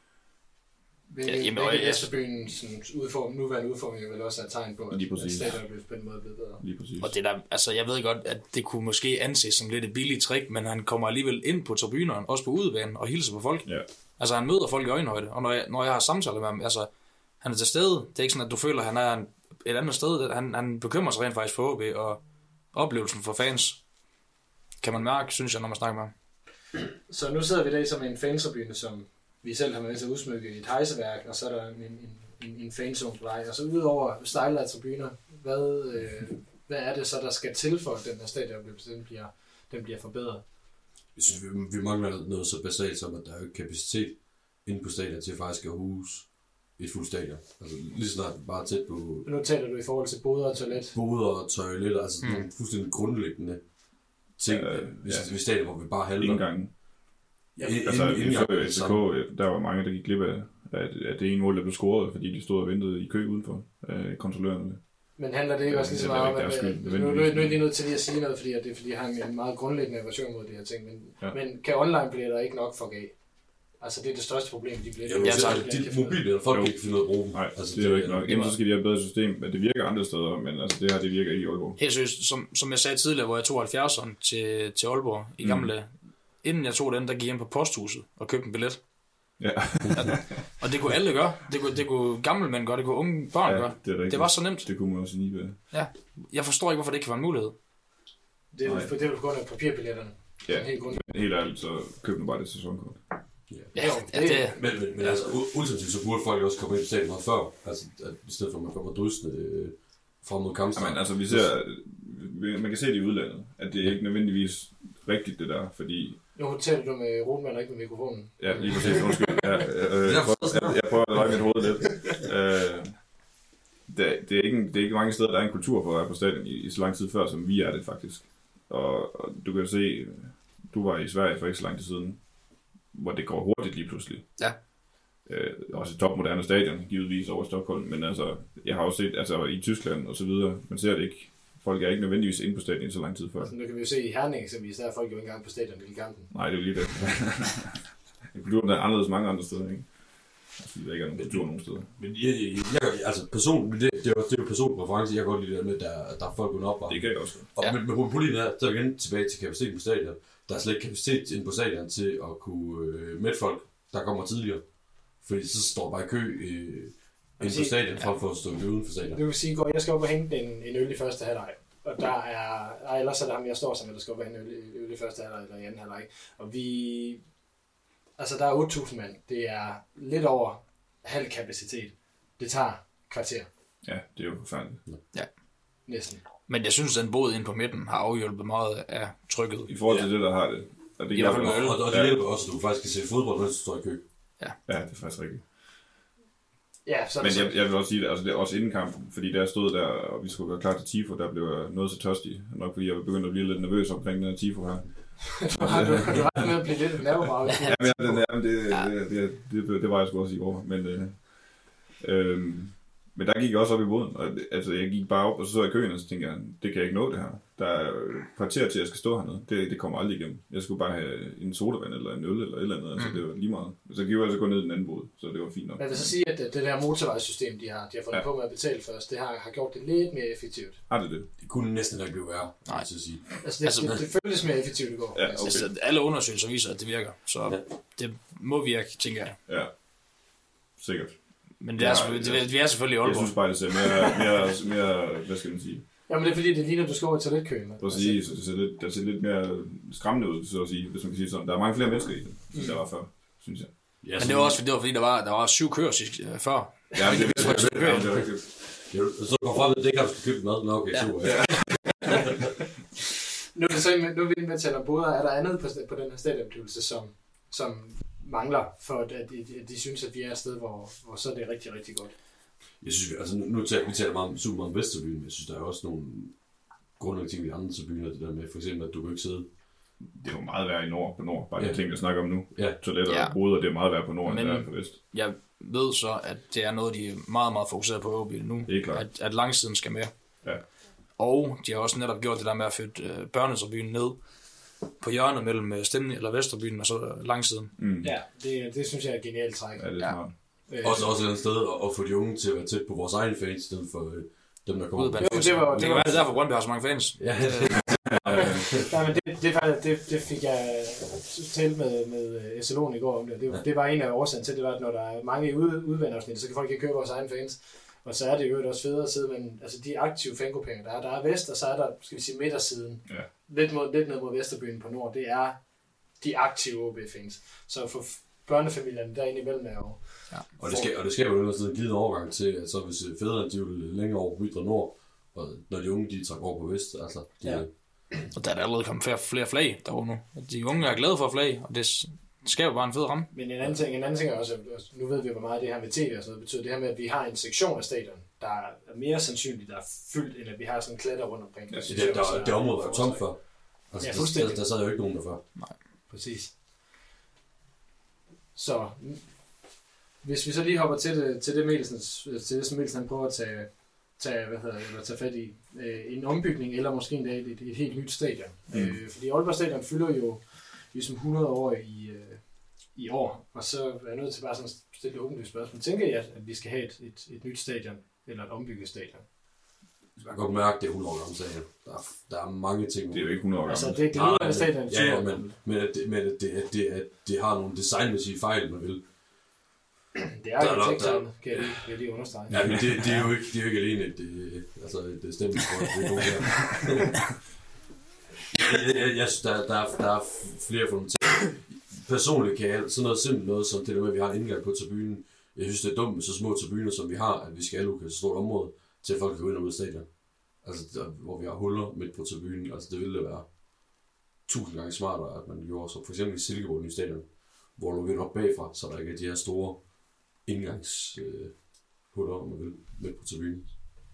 Hvilket Vesterbyens nuværende udformning vil også have tegn på, at stadion på den måde er blevet bedre. Lige præcis. Og det der, altså jeg ved godt, at det kunne måske anses som lidt et billigt trick, men han kommer alligevel ind på tribunerne, også på udebanen, og hilser på folk. Ja. Altså han møder folk i øjenhøjde, og når jeg har samtaler med ham, altså han er til stede. Det er ikke sådan, at du føler, at han er et andet sted. Han bekymrer sig rent faktisk for OB, og oplevelsen for fans kan man mærke, synes jeg, når man snakker med ham. Så nu sidder vi der som en fantribune, som vi selv har med til at udsmykke i et hejseværk, og så er der en fanzone på vej. Og så udover stejlede tribuner, hvad er det så, der skal til for, at den her stadionoplevelse, den bliver forbedret? Jeg synes, vi mangler noget så basalt som, at der er jo kapacitet inde på stadion til faktisk at huse et fuldt stadion. Altså lige snart bare tæt på. Nu taler du i forhold til boder og toilet. Boder og toilet, altså nogle fuldstændig grundlæggende ting ved stadion, hvor vi bare halter. Indgangen. Ja, før FCK, der var mange, der gik glip af det ene mål, der blev scoret, fordi de stod og ventede i kø udenfor kontrollørerne. Men handler det ikke også ligesom meget om, nu er jeg lige nødt til lige at sige noget, fordi det er fordi, jeg har en meget grundlæggende aversion mod de her ting, men kan online-billetter ikke nok få gav? Altså det er det største problem, de bliver. De mobile folk kan ikke finde ud af at bruge. Nej, altså, det er jo ikke nok. Så skal de have et bedre system, men det virker andre steder, men altså det virker ikke i Aalborg. Helt seriøst, som jeg sagde tidligere, hvor jeg tog 70'eren til Aalborg i gamle. Inden jeg tog den, der gik hjem på posthuset og købte en billet. Ja. Og det kunne alle gøre. Det kunne gamle mænd gøre, det kunne unge børn gøre. Det var så nemt. Det kunne man også lige. Ja. Jeg forstår ikke, hvorfor det ikke kan være en mulighed. Det er på grund af papirbilletterne. Ja, helt ærligt, så køb nu bare det sæsonkort. Ja, det... Men altså, ultimativt så burde folk også komme ind på stadion meget før. Altså, i stedet for at man kommer drysende frem mod kampstart. Men altså, vi ser, man kan se det i udlandet, at det er ikke nødvendigvis rigtigt det der, fordi... Nu taler du med Rotman og ikke med mikrofonen. Ja, lige præcis, undskyld. Jeg prøver at dreje mit hoved lidt. Det er ikke mange steder, der er en kultur for at være på stadion i så lang tid før, som vi er det faktisk. Og du kan jo se, du var i Sverige for ikke så lang tid siden, hvor det går hurtigt lige pludselig. Ja. Også et topmoderne stadion, givetvis over Stockholm, men altså, jeg har også set, altså i Tyskland og så videre, man ser det ikke. Folk er ikke nødvendigvis inde på stadion så lang tid før. Altså, nu kan vi jo se i Herning eksempelvis, der er folk jo ikke engang på stadion i kampen. Nej, det er jo lige det. Kulturen er anderledes mange andre steder, ikke? Altså, der ikke er nogen kultur nogen steder. Men altså personligt, det er jo personlig præference, jeg kan godt lide det der med, at der er folk under opvarmning. Det kan jeg også. Og med problemet er, så er vi igen tilbage til kapaciteten på stadion. Der er slet ikke kapacitet inde på stadion til at kunne mætte folk, der kommer tidligere. Fordi så står bare i kø inde på stadion, frem for at stå uden for stadion. Du vil sige, at jeg skal op og hente en øl i første halvleg. Og der er... ellers er der ham, jeg står sammen med, der skal op og hente øl i første halvleg eller i anden halvleg. Og vi... Altså, der er 8.000 mand. Det er lidt over halv kapacitet. Det tager kvarter. Ja, det er jo forfærdeligt. Ja. Næsten. Men jeg synes, at den båd inde på midten har afhjulpet meget af trykket. I forhold til det, der har det. Og det hjælper også, at du faktisk kan se fodbold, mens du står i kø. Ja, det er faktisk rigtigt. Ja, så men jeg vil også sige, altså det er også inden kampen, fordi da jeg stod der, og vi skulle være klar til Tifo, der blev jeg noget så tørstig. Nok fordi jeg begyndte at blive lidt nervøs omkring den her Tifo her. Du har ret med at blive lidt nervebrag. Det var jeg sgu også i går. Men der gik jeg også op i båden, og altså jeg gik bare op, og så så jeg køen, og så tænkte jeg, det kan jeg ikke nå det her. Der er kvarter til, at jeg skal stå hernede. Det kommer aldrig igennem. Jeg skulle bare have en sodavand, eller en øl, eller et eller andet, altså det var lige meget. Så gik jeg så gå ned i den anden båd, så det var fint nok. Jeg vil så sige, at det der motorvejssystem, de har fundet på med at betale først, det har gjort det lidt mere effektivt. Det kunne næsten ikke blive værre, nej, til at sige. Altså det føles mere effektivt i går. Ja, okay. Altså, alle undersøgelser viser, at det virker, så det må virke, tænker jeg. Ja, sikkert. Men det er selvfølgelig Aalborg. Jeg synes bare, det ser mere hvad skal man sige? Jamen det er fordi, det ligner, du skal over i toiletkøen. Præcis, det ser lidt mere skræmmende ud, så at sige, hvis man kan sige sådan. Der er mange flere mennesker i det, end der var før, synes jeg. Ja, men det var også fordi, der var 7 køer før. Ja, det er rigtigt. Så går frem, det kan du skal købe mad. Nå, okay, super. Ja. Nu er vi inde med at tale om boder. Er der andet på den her stadionoplevelse, som mangler, for at de synes, at vi er et sted, hvor så er det rigtig, rigtig godt? Jeg synes, altså nu taler meget super meget om Vesterbyen, men jeg synes, der er også nogle grundlæggende ting i andre tribuner, det der med for eksempel, at du kan ikke sidde. Det er jo meget værre på nord, bare de ting, jeg snakker om nu. Ja. Toiletter og boder, det er meget værre på nord, end der er på vest. Jeg ved så, at det er noget, de er meget, meget fokuseret på OB nu, at langsiden skal med. Ja. Og de har også netop gjort det der med at flytte børnetribunen ned på hjørnet mellem Stemning eller Vesterbyen og så langsiden. Ja, det synes jeg er et genialt træk. Ja, det er smart. Også et andet sted at få de unge til at være tæt på vores egne fans, i stedet for dem, der kommer. Det kan være derfor, Brøndby har så mange fans. Ja. Nej, men det fik jeg talt med Esselon i går om det. Det var en af årsagen til, det var, at når der er mange i udvandersnit, så kan folk ikke købe vores egne fans. Og så er det jo også federe at sidde, men altså de aktive fangrupperinger, der er vest, og så er der, skal vi sige, midtersiden. Ja. Lidt ned mod Vesterbyen på nord, det er de aktive OB-fans. Så for børnefamilierne derinde imellem er jo... Ja. Og det skaber jo også en givet overgang til, at så hvis fædrene de vil længere over på Ydre Nord, og når de unge de trækker over på vest, altså... Og der er allerede kommet flere flag derovre nu. De unge er glade for flag, og det skaber bare en fed ramme. Men en anden ting er også, nu ved vi hvor meget det her med tv og sådan noget betyder, det her med, at vi har en sektion af stadion, der er mere sandsynligt, der er fyldt, end at vi har sådan en klatter rundt omkring. Ja, det område var tomt for. Altså, der sad jo ikke nogen der før. Nej, præcis. Så hvis vi så lige hopper til det Mielsen prøver at tage fat i en ombygning, eller måske endda et helt nyt stadion. Fordi Aalborg Stadion fylder jo ligesom 100 år i år, og så er jeg nødt til bare sådan at stille et åbent spørgsmål. Tænker jeg, at vi skal have et nyt stadion, eller et ombygget stadion? Man kan godt mærke, at det er 100 år gammelt stadion. Der er mange ting. Det er jo ikke 100 år gammelt. Altså, det er 100 stadion. Ja, men at det har nogle designmæssige fejl, man vil. Det er jo teksterne, kan jeg lige understrege. Ja, men det er jo ikke alene et stemningsråd. Det er gode her. Jeg synes, der er flere fundamenter. Personligt kan jeg sådan noget simpelt noget som det der med, at vi har en indgang på tribunen. Jeg synes, det er dumt med så små tribuner, som vi har, at vi skal allokere så stort område, til at folk kan gå ind og ud af stadion. Altså, hvor vi har huller midt på tribunen. Altså, det ville være 1000 gange smartere, at man gjorde så. For eksempel i Silkeborg i stadion, hvor du går op bagfra, så der ikke er de her store indgangshuller, om man vil, midt på tribunen.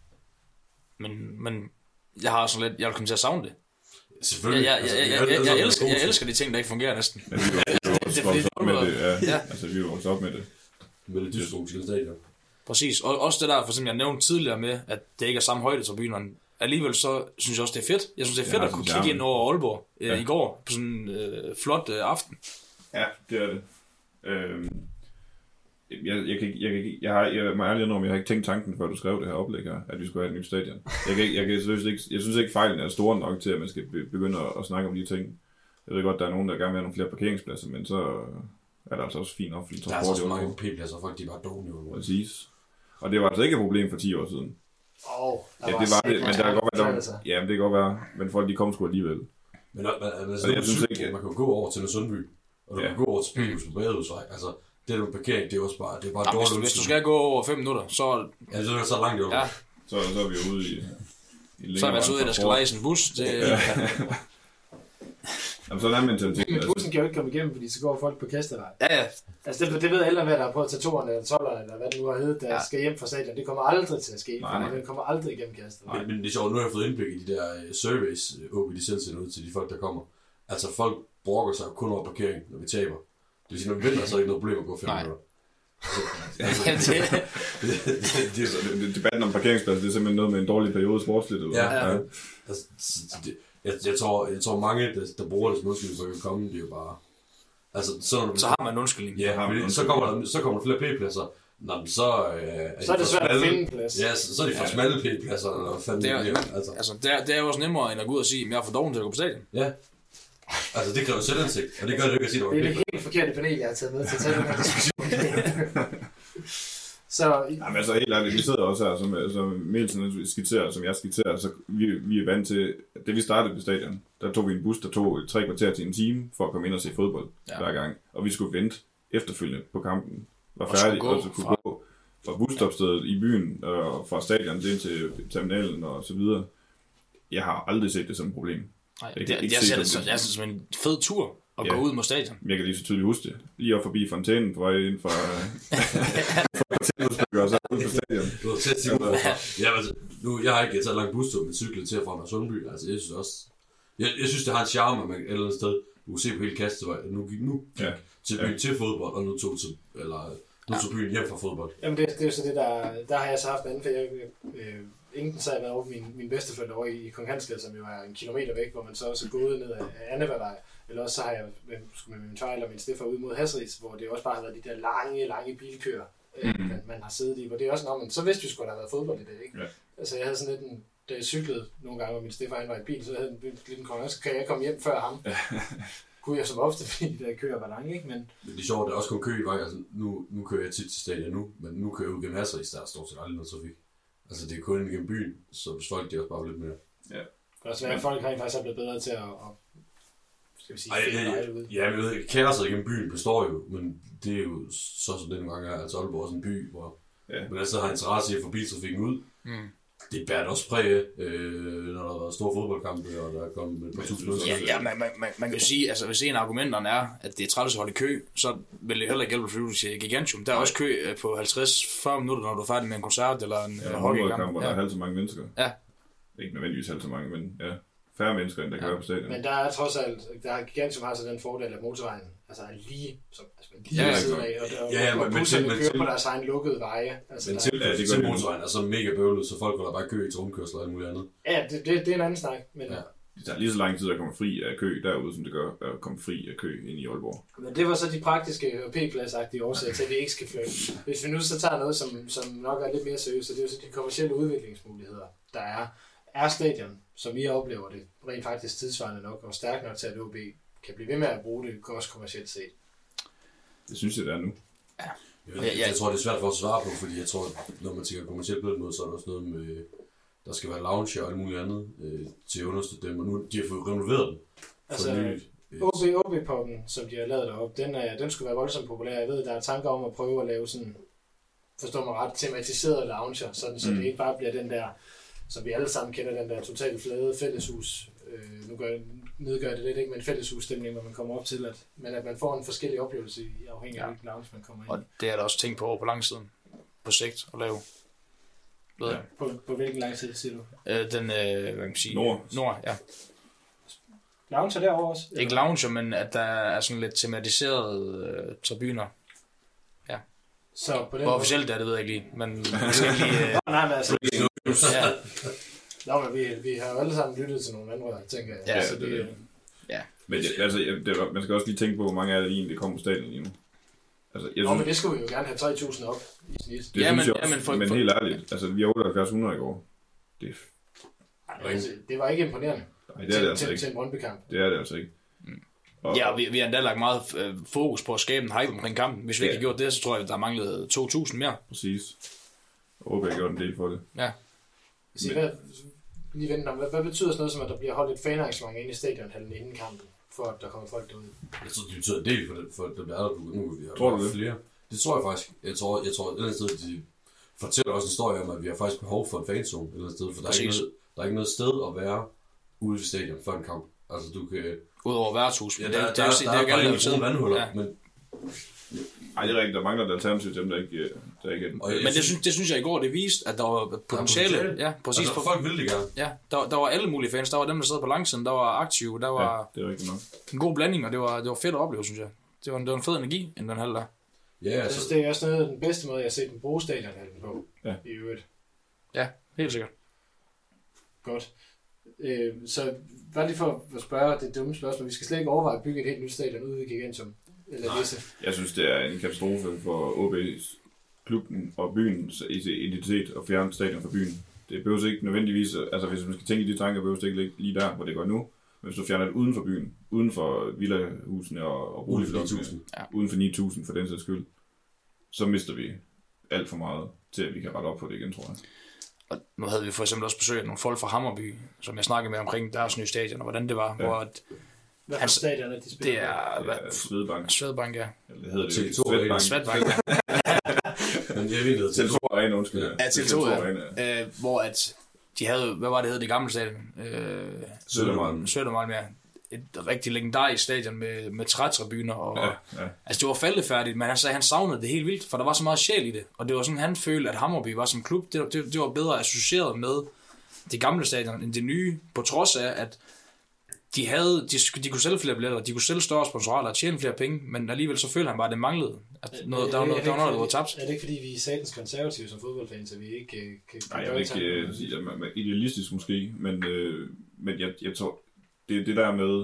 Men jeg har sådan lidt, jeg vil komme til at savne det. Selvfølgelig. Jeg elsker de ting, der ikke fungerer næsten. Ja, vi var også med det. Ja. Altså, vi var også op med det. Med det dysfunktionelle stadion. Præcis. Og også det der, for eksempel, jeg nævnte tidligere med, at det ikke er samme højde tribunerne. Alligevel så synes jeg også, det er fedt. Jeg synes, det er fedt at kunne kigge ind over Aalborg i går på sådan en flot aften. Ja, det er det. Jeg må ærlig indrømme, jeg har ikke tænkt tanken, før du skrev det her oplæg her, at vi skulle have et nyt stadion. Jeg synes ikke fejlen er stor nok til, at man skal begynde at snakke om de ting. Jeg ved godt, der er nogen, der gerne vil have nogle flere parkeringspladser, men så er der altså også fint offentlig transport. Der er altså så mange p-pladser, folk de er bare dogne. Præcis. Og det var altså ikke et problem for 10 år siden. Det var det, men der kan godt være, ja, det kan godt være, men folk de kom sgu alligevel. Men jeg synes ikke, man kan gå over til Sundby, og du kan gå over til Pibus på Badehusvej. Altså, det der parkering, det er også bare, dårligt. Hvis du skal gå over 5 minutter, så... Ja, så er det så langt over. Ja. Så er vi ude i så er vi altså ude i, der skal lejes en bus til... Ja. Jamen, sådan er mentaliteten. Men bussen kan jo ikke komme igennem, fordi så går folk på Kastervej. Ja. Altså, det ved alle, hvad der er på at tage 2'erne eller 12'erne, eller hvad det nu har heddet, der skal hjem fra stadion. Det kommer aldrig til at ske, for det kommer aldrig igennem Kastervej. Men det er sjovt, nu har jeg fået indblik i de der surveys, OB de selv sender ud til de folk, der kommer. Altså, folk brokker sig kun over parkering, når vi taber. Det vil sige, når vi vinder, så er der ikke noget problem at gå 5 minutter. Debatten om parkeringspladser, det er simpelthen noget med en dårlig periode sportsligt, eller ja. Altså, jeg tror mange, der bruger det som undskyldning for at komme, det er jo bare... Altså, så har man en undskyldning. Ja, så kommer der flere p-pladser. Nå, så er det svært at finde en plads. Ja, så er de for smalle p-pladser, eller hvad fanden det er. Altså, det er jo også nemmere, end at gå ud og sige, at jeg er for doven til at gå på stadion. Ja. Altså, det kræver selvindsigt, og det gør det ikke at sige, det er det helt forkerte panel, jeg har taget med til at tage den her diskussion. Så... Jamen altså helt ærligt, vi sidder også her, som Mielsen skitserer, som jeg skitserer, så vi er vant til, det vi startede på stadion, der tog vi en bus, der tog 3 kvarter til en time, for at komme ind og se fodbold hver gang, og vi skulle vente efterfølgende på kampen, var færdig, og så kunne gå fra busstopstedet i byen, og fra stadion ind til terminalen og så videre. Jeg har aldrig set det som et problem. Nej, jeg ser det som en fed tur at gå ud mod stadion. Jeg kan lige så tydeligt huske det. Lige op forbi fontænen på vej ind fra og så ud på stadion. Du har tæt sig ud. Jeg har ikke taget langt bustur med cyklet til fra Sundby. Altså, jeg synes også... Jeg synes, det har en charme, at man et eller andet sted... Du kan se på hele Kastevej. Nu til byen til fodbold, og nu tog byen hjem fra fodbold. Jamen, det er jo så det, der har jeg så haft anden, for enten så har jeg været over min bedsteforældre over i Kong Hansgade, som jo er 1 kilometer væk, hvor man så også er gået ned af Anneværvej. Eller også så har jeg med min far eller min stefar ud mod Hasseris, hvor det også bare har været de der lange bilkøer, man har siddet i. Hvor det er også, men så vidste vi sgu, der har været fodbold i det, ikke? Ja. Altså jeg havde sådan lidt da jeg cyklede nogle gange, hvor min stefar han var i bil, så havde jeg lidt en konkurrence, så kan jeg komme hjem før ham. Kunne jeg som ofte, fordi der kører var lange, ikke? Men det er sjovt, der er også kun kø i vej. Altså, nu kører jeg tit til stadion nu, men nu kører jeg ud gennem Hasseris, der er stort set aldrig noget trafik. Altså det er kun gennem byen, så hvis folk de også bare lidt mere. Ja. Det kan også være, at folk faktisk er blevet bedre til at skal vi sige, finde vej ud. Ja, men jeg ved, kaoset gennem byen består jo, men det er jo så som det nogle gange er. Altså Aalborg er også en by, hvor man altså har interesse i at få biltrafikken ud. Det bærer også præg, når der har været store fodboldkampe, og der er kommet et par tusind mennesker. Ja, man kan jo sige, altså hvis en af argumenterne er, at det er træls at holde i kø, så vil det heller ikke hjælpe, fordi du siger Gigantium. Der er også kø på 50-40 minutter, når du er færdig med en koncert eller en hockeykamp. Der er halvt så mange mennesker. Ja. Ikke nødvendigvis halvt så mange, men færre mennesker, end der kan være på stadion. Men der er trods alt, Gigantium har så den fordel, at motorvejen altså er lige siden af, og busserne kører på deres egen lukkede veje. Altså, men til motorvejen er så mega bøvlet, så folk holder bare kø i rundkørsel og alt muligt andet. Ja, det er en anden snak. Men det tager lige så lang tid at komme fri af kø derude, som det gør at komme fri af kø ind i Aalborg. Men det var så de praktiske P-pladsagtige årsager til, at vi ikke skal flytte. Hvis vi nu så tager noget, som nok er lidt mere seriøst, så det er jo så de kommercielle udviklingsmuligheder, der er stadion, som I oplever det, rent faktisk tidsvarende nok og stærkt nok til, at OB kan blive ved med at bruge det også kommercielt set. Det synes jeg, det er nu. Ja. Jeg tror, det er svært for at svare på, fordi jeg tror, at når man tænker kommercielt på den måde, så er der også noget med, der skal være lounge og alt muligt andet til at understøtte dem, og nu de har fået renoveret den. Altså, OB-poppen, som de har lavet deroppe, den skulle være voldsomt populær. Jeg ved, der er tanker om at prøve at lave sådan, forstår mig ret, tematiserede lounger, sådan, så det ikke bare bliver den der, som vi alle sammen kender, den der totalt flade fælleshus. Nu nedgør det lidt, ikke, men fælleshusstemning, hvor man kommer op til, at man får en forskellig oplevelse afhængig af hvilken lounge man kommer ind. Og det er der også tænkt på over på lang siden, på sigt at lave. Ja. På hvilken lang tid siger du? Den, hvad kan man sige? Nord, ja. Lounger derovre også? Ikke lounger, men at der er sådan lidt tematiserede tribuner. Ja. Så på den hvor officielt er det, ved jeg ikke lige, men vi skal lige... Nej, men altså... ja. Nå, men vi har jo alle sammen lyttet til nogle vandrør, tænker jeg. Ja, så det. Ja. Men man skal også lige tænke på, hvor mange af det egentlig kommer på stadion lige nu. Altså, men det skulle vi jo gerne have 3.000 op i snit. Det synes jeg også, men helt ærligt, altså vi har 7800 i går. Det var ikke imponerende. Nej, det er det altså ikke. Til en Brøndby-kamp. Det er det altså ikke. Ja, vi har endda lagt meget fokus på at skabe en hype omkring kampen. Hvis vi ikke havde gjort det, så tror jeg, der manglede 2.000 mere. Præcis. Og OB har gjort en del for det. Ja. Hvad betyder sådan noget som, at der bliver holdt et fanarrangement inde i stadionhallen inden kampen, for at der kommer folk derud? Jeg tror, det betyder en del for at der bliver aldrig nu. Vi har tror du det? Flere. Det tror jeg faktisk. Jeg tror et eller andet sted, de fortæller også en historie om, at vi har faktisk behov for en fanzone et eller andet sted, for der er ikke noget sted at være ude ved stadion før en kamp. Altså du kan... Udover værtshus. Ja, der er bare ikke nogen vandhuller, men... Ej, det er rigtigt. Der mangler et alternativ til dem, der ikke men det synes jeg i går, det viste, at der var potentiale. Ja, præcis. Altså, folk ville det gerne. Ja, der var alle mulige fans. Der var dem, der sad på langsiden, der var aktive, der var det er rigtigt nok. En god blanding, og det var fedt at opleve, synes jeg. Det var en fed energi, end den halv der. Ja, jeg synes, det er også noget af den bedste måde, jeg har set den bruge stadionhallen på. Ja. I øvrigt. Ja, helt sikkert. Godt. Så bare lige for at spørge det dumme spørgsmål. Vi skal slet ikke overveje at bygge et helt nyt stadion ude ved Gigantum. Eller Visse. Jeg synes, det er en katastrofe for OB's klubben og byens identitet at fjerne stadion fra byen. Det behøver ikke nødvendigvis, altså hvis man skal tænke i de tanker, behøver det ikke ligge lige der, hvor det går nu. Men hvis du fjerner det uden for byen, uden for villahusene og boligflokkene, uden for 9.000 for den sags skyld, så mister vi alt for meget til, at vi kan rette op på det igen, tror jeg. Og nu havde vi for eksempel også besøgt nogle folk fra Hammarby, som jeg snakkede med omkring deres nye stadion, og hvordan det var. Ja. Hvor hvad for stadion er de spiller? Det er Svedbank, ja. Eller det hedder det Svedbank, ja. Men jeg ved det. Tele2 Arena, undskyld. Ja, Tele2 Arena. Hvor at de havde, hvad var det hed, det gamle stadion? Södermalm, ja. Et rigtig legendarisk stadion med trætribuner. Og, altså det var faldefærdigt, men han sagde, at han savnede det helt vildt, for der var så meget sjæl i det. Og det var sådan, han følte, at Hammarby var som klub, det var bedre associeret med det gamle stadion end det nye, på trods af, at de kunne sælge flere billetter, de kunne sælge større sponsorater og tjene flere penge, men alligevel så følte han bare, at det manglede. At der var noget, der var tabt. Er det ikke, fordi vi er satans konservative som fodboldfans, så vi ikke kan nej, jeg vil ikke sige, idealistisk måske, men jeg tror, det der med,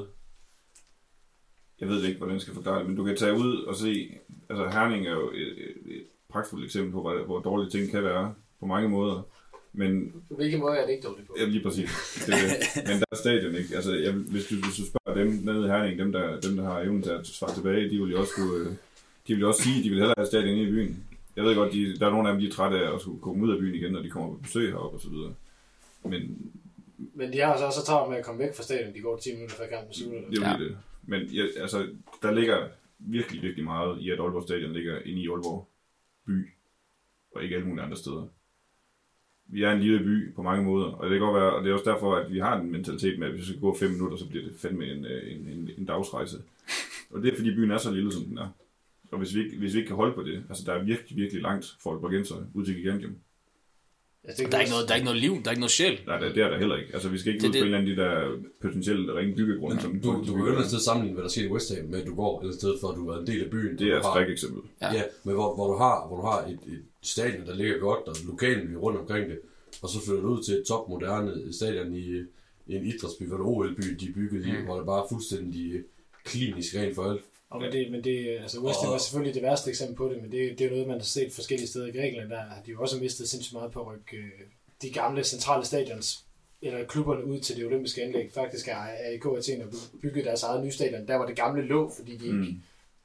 jeg ved ikke, hvordan jeg skal forklare det, men du kan tage ud og se, altså Herning er jo et pragtfuldt eksempel på, hvor dårlige ting kan være på mange måder. Men på hvilken måde er det ikke dårligt på? Ja, lige præcis. Men der er stadion, ikke? Altså, hvis du spørger dem nede i Herning, dem der har evnen til at svare tilbage, de vil jo også sige, at de vil hellere have stadion inde i byen. Jeg ved godt, der er nogle af dem, de er trætte af at skulle komme ud af byen igen, når de kommer på besøg heroppe og så videre. Men de har så travlt med at komme væk fra stadion, de går 10 minutter før kampen slutter. Det er jo det. Men altså, der ligger virkelig, virkelig meget i, at Aalborg Stadion ligger inde i Aalborg by, og ikke alle mulige andre steder. Vi er en lille by på mange måder, og det kan godt være, og det er også derfor, at vi har en mentalitet med, at hvis vi skal gå 5 minutter, så bliver det fandme en dagsrejse. Og det er fordi byen er så lille, som den er. Og hvis vi ikke kan holde på det, altså der er virkelig, virkelig langt for Aalborgenser ud til Gigantium. Der er ikke noget liv, der er ikke noget sjæl. Nej, det er der heller ikke. Altså vi skal ikke ud på en eller anden de der potentielle ringe byggegrunde. Som du kan jo et sted sammenligne, hvad der sker i West Ham, med at du går et sted for, at du er en del af byen. Det er et skræk-eksempel. Ja, men hvor du har et stadion, der ligger godt, og lokalen rundt omkring det, og så flytter du ud til et topmoderne stadion i en idrætsby, hvor det OL-by, de byggede i, hvor det bare er fuldstændig klinisk rent for alt. Og men det altså West Ham var selvfølgelig det værste eksempel på det, men det er jo noget, man har set forskellige steder i Grækenland, der har de jo også mistet sindssygt meget på at rykke de gamle centrale stadions, eller klubberne ud til det olympiske anlæg. Faktisk er IK Athen bygget deres eget nye stadion, der var det gamle lå, fordi de ikke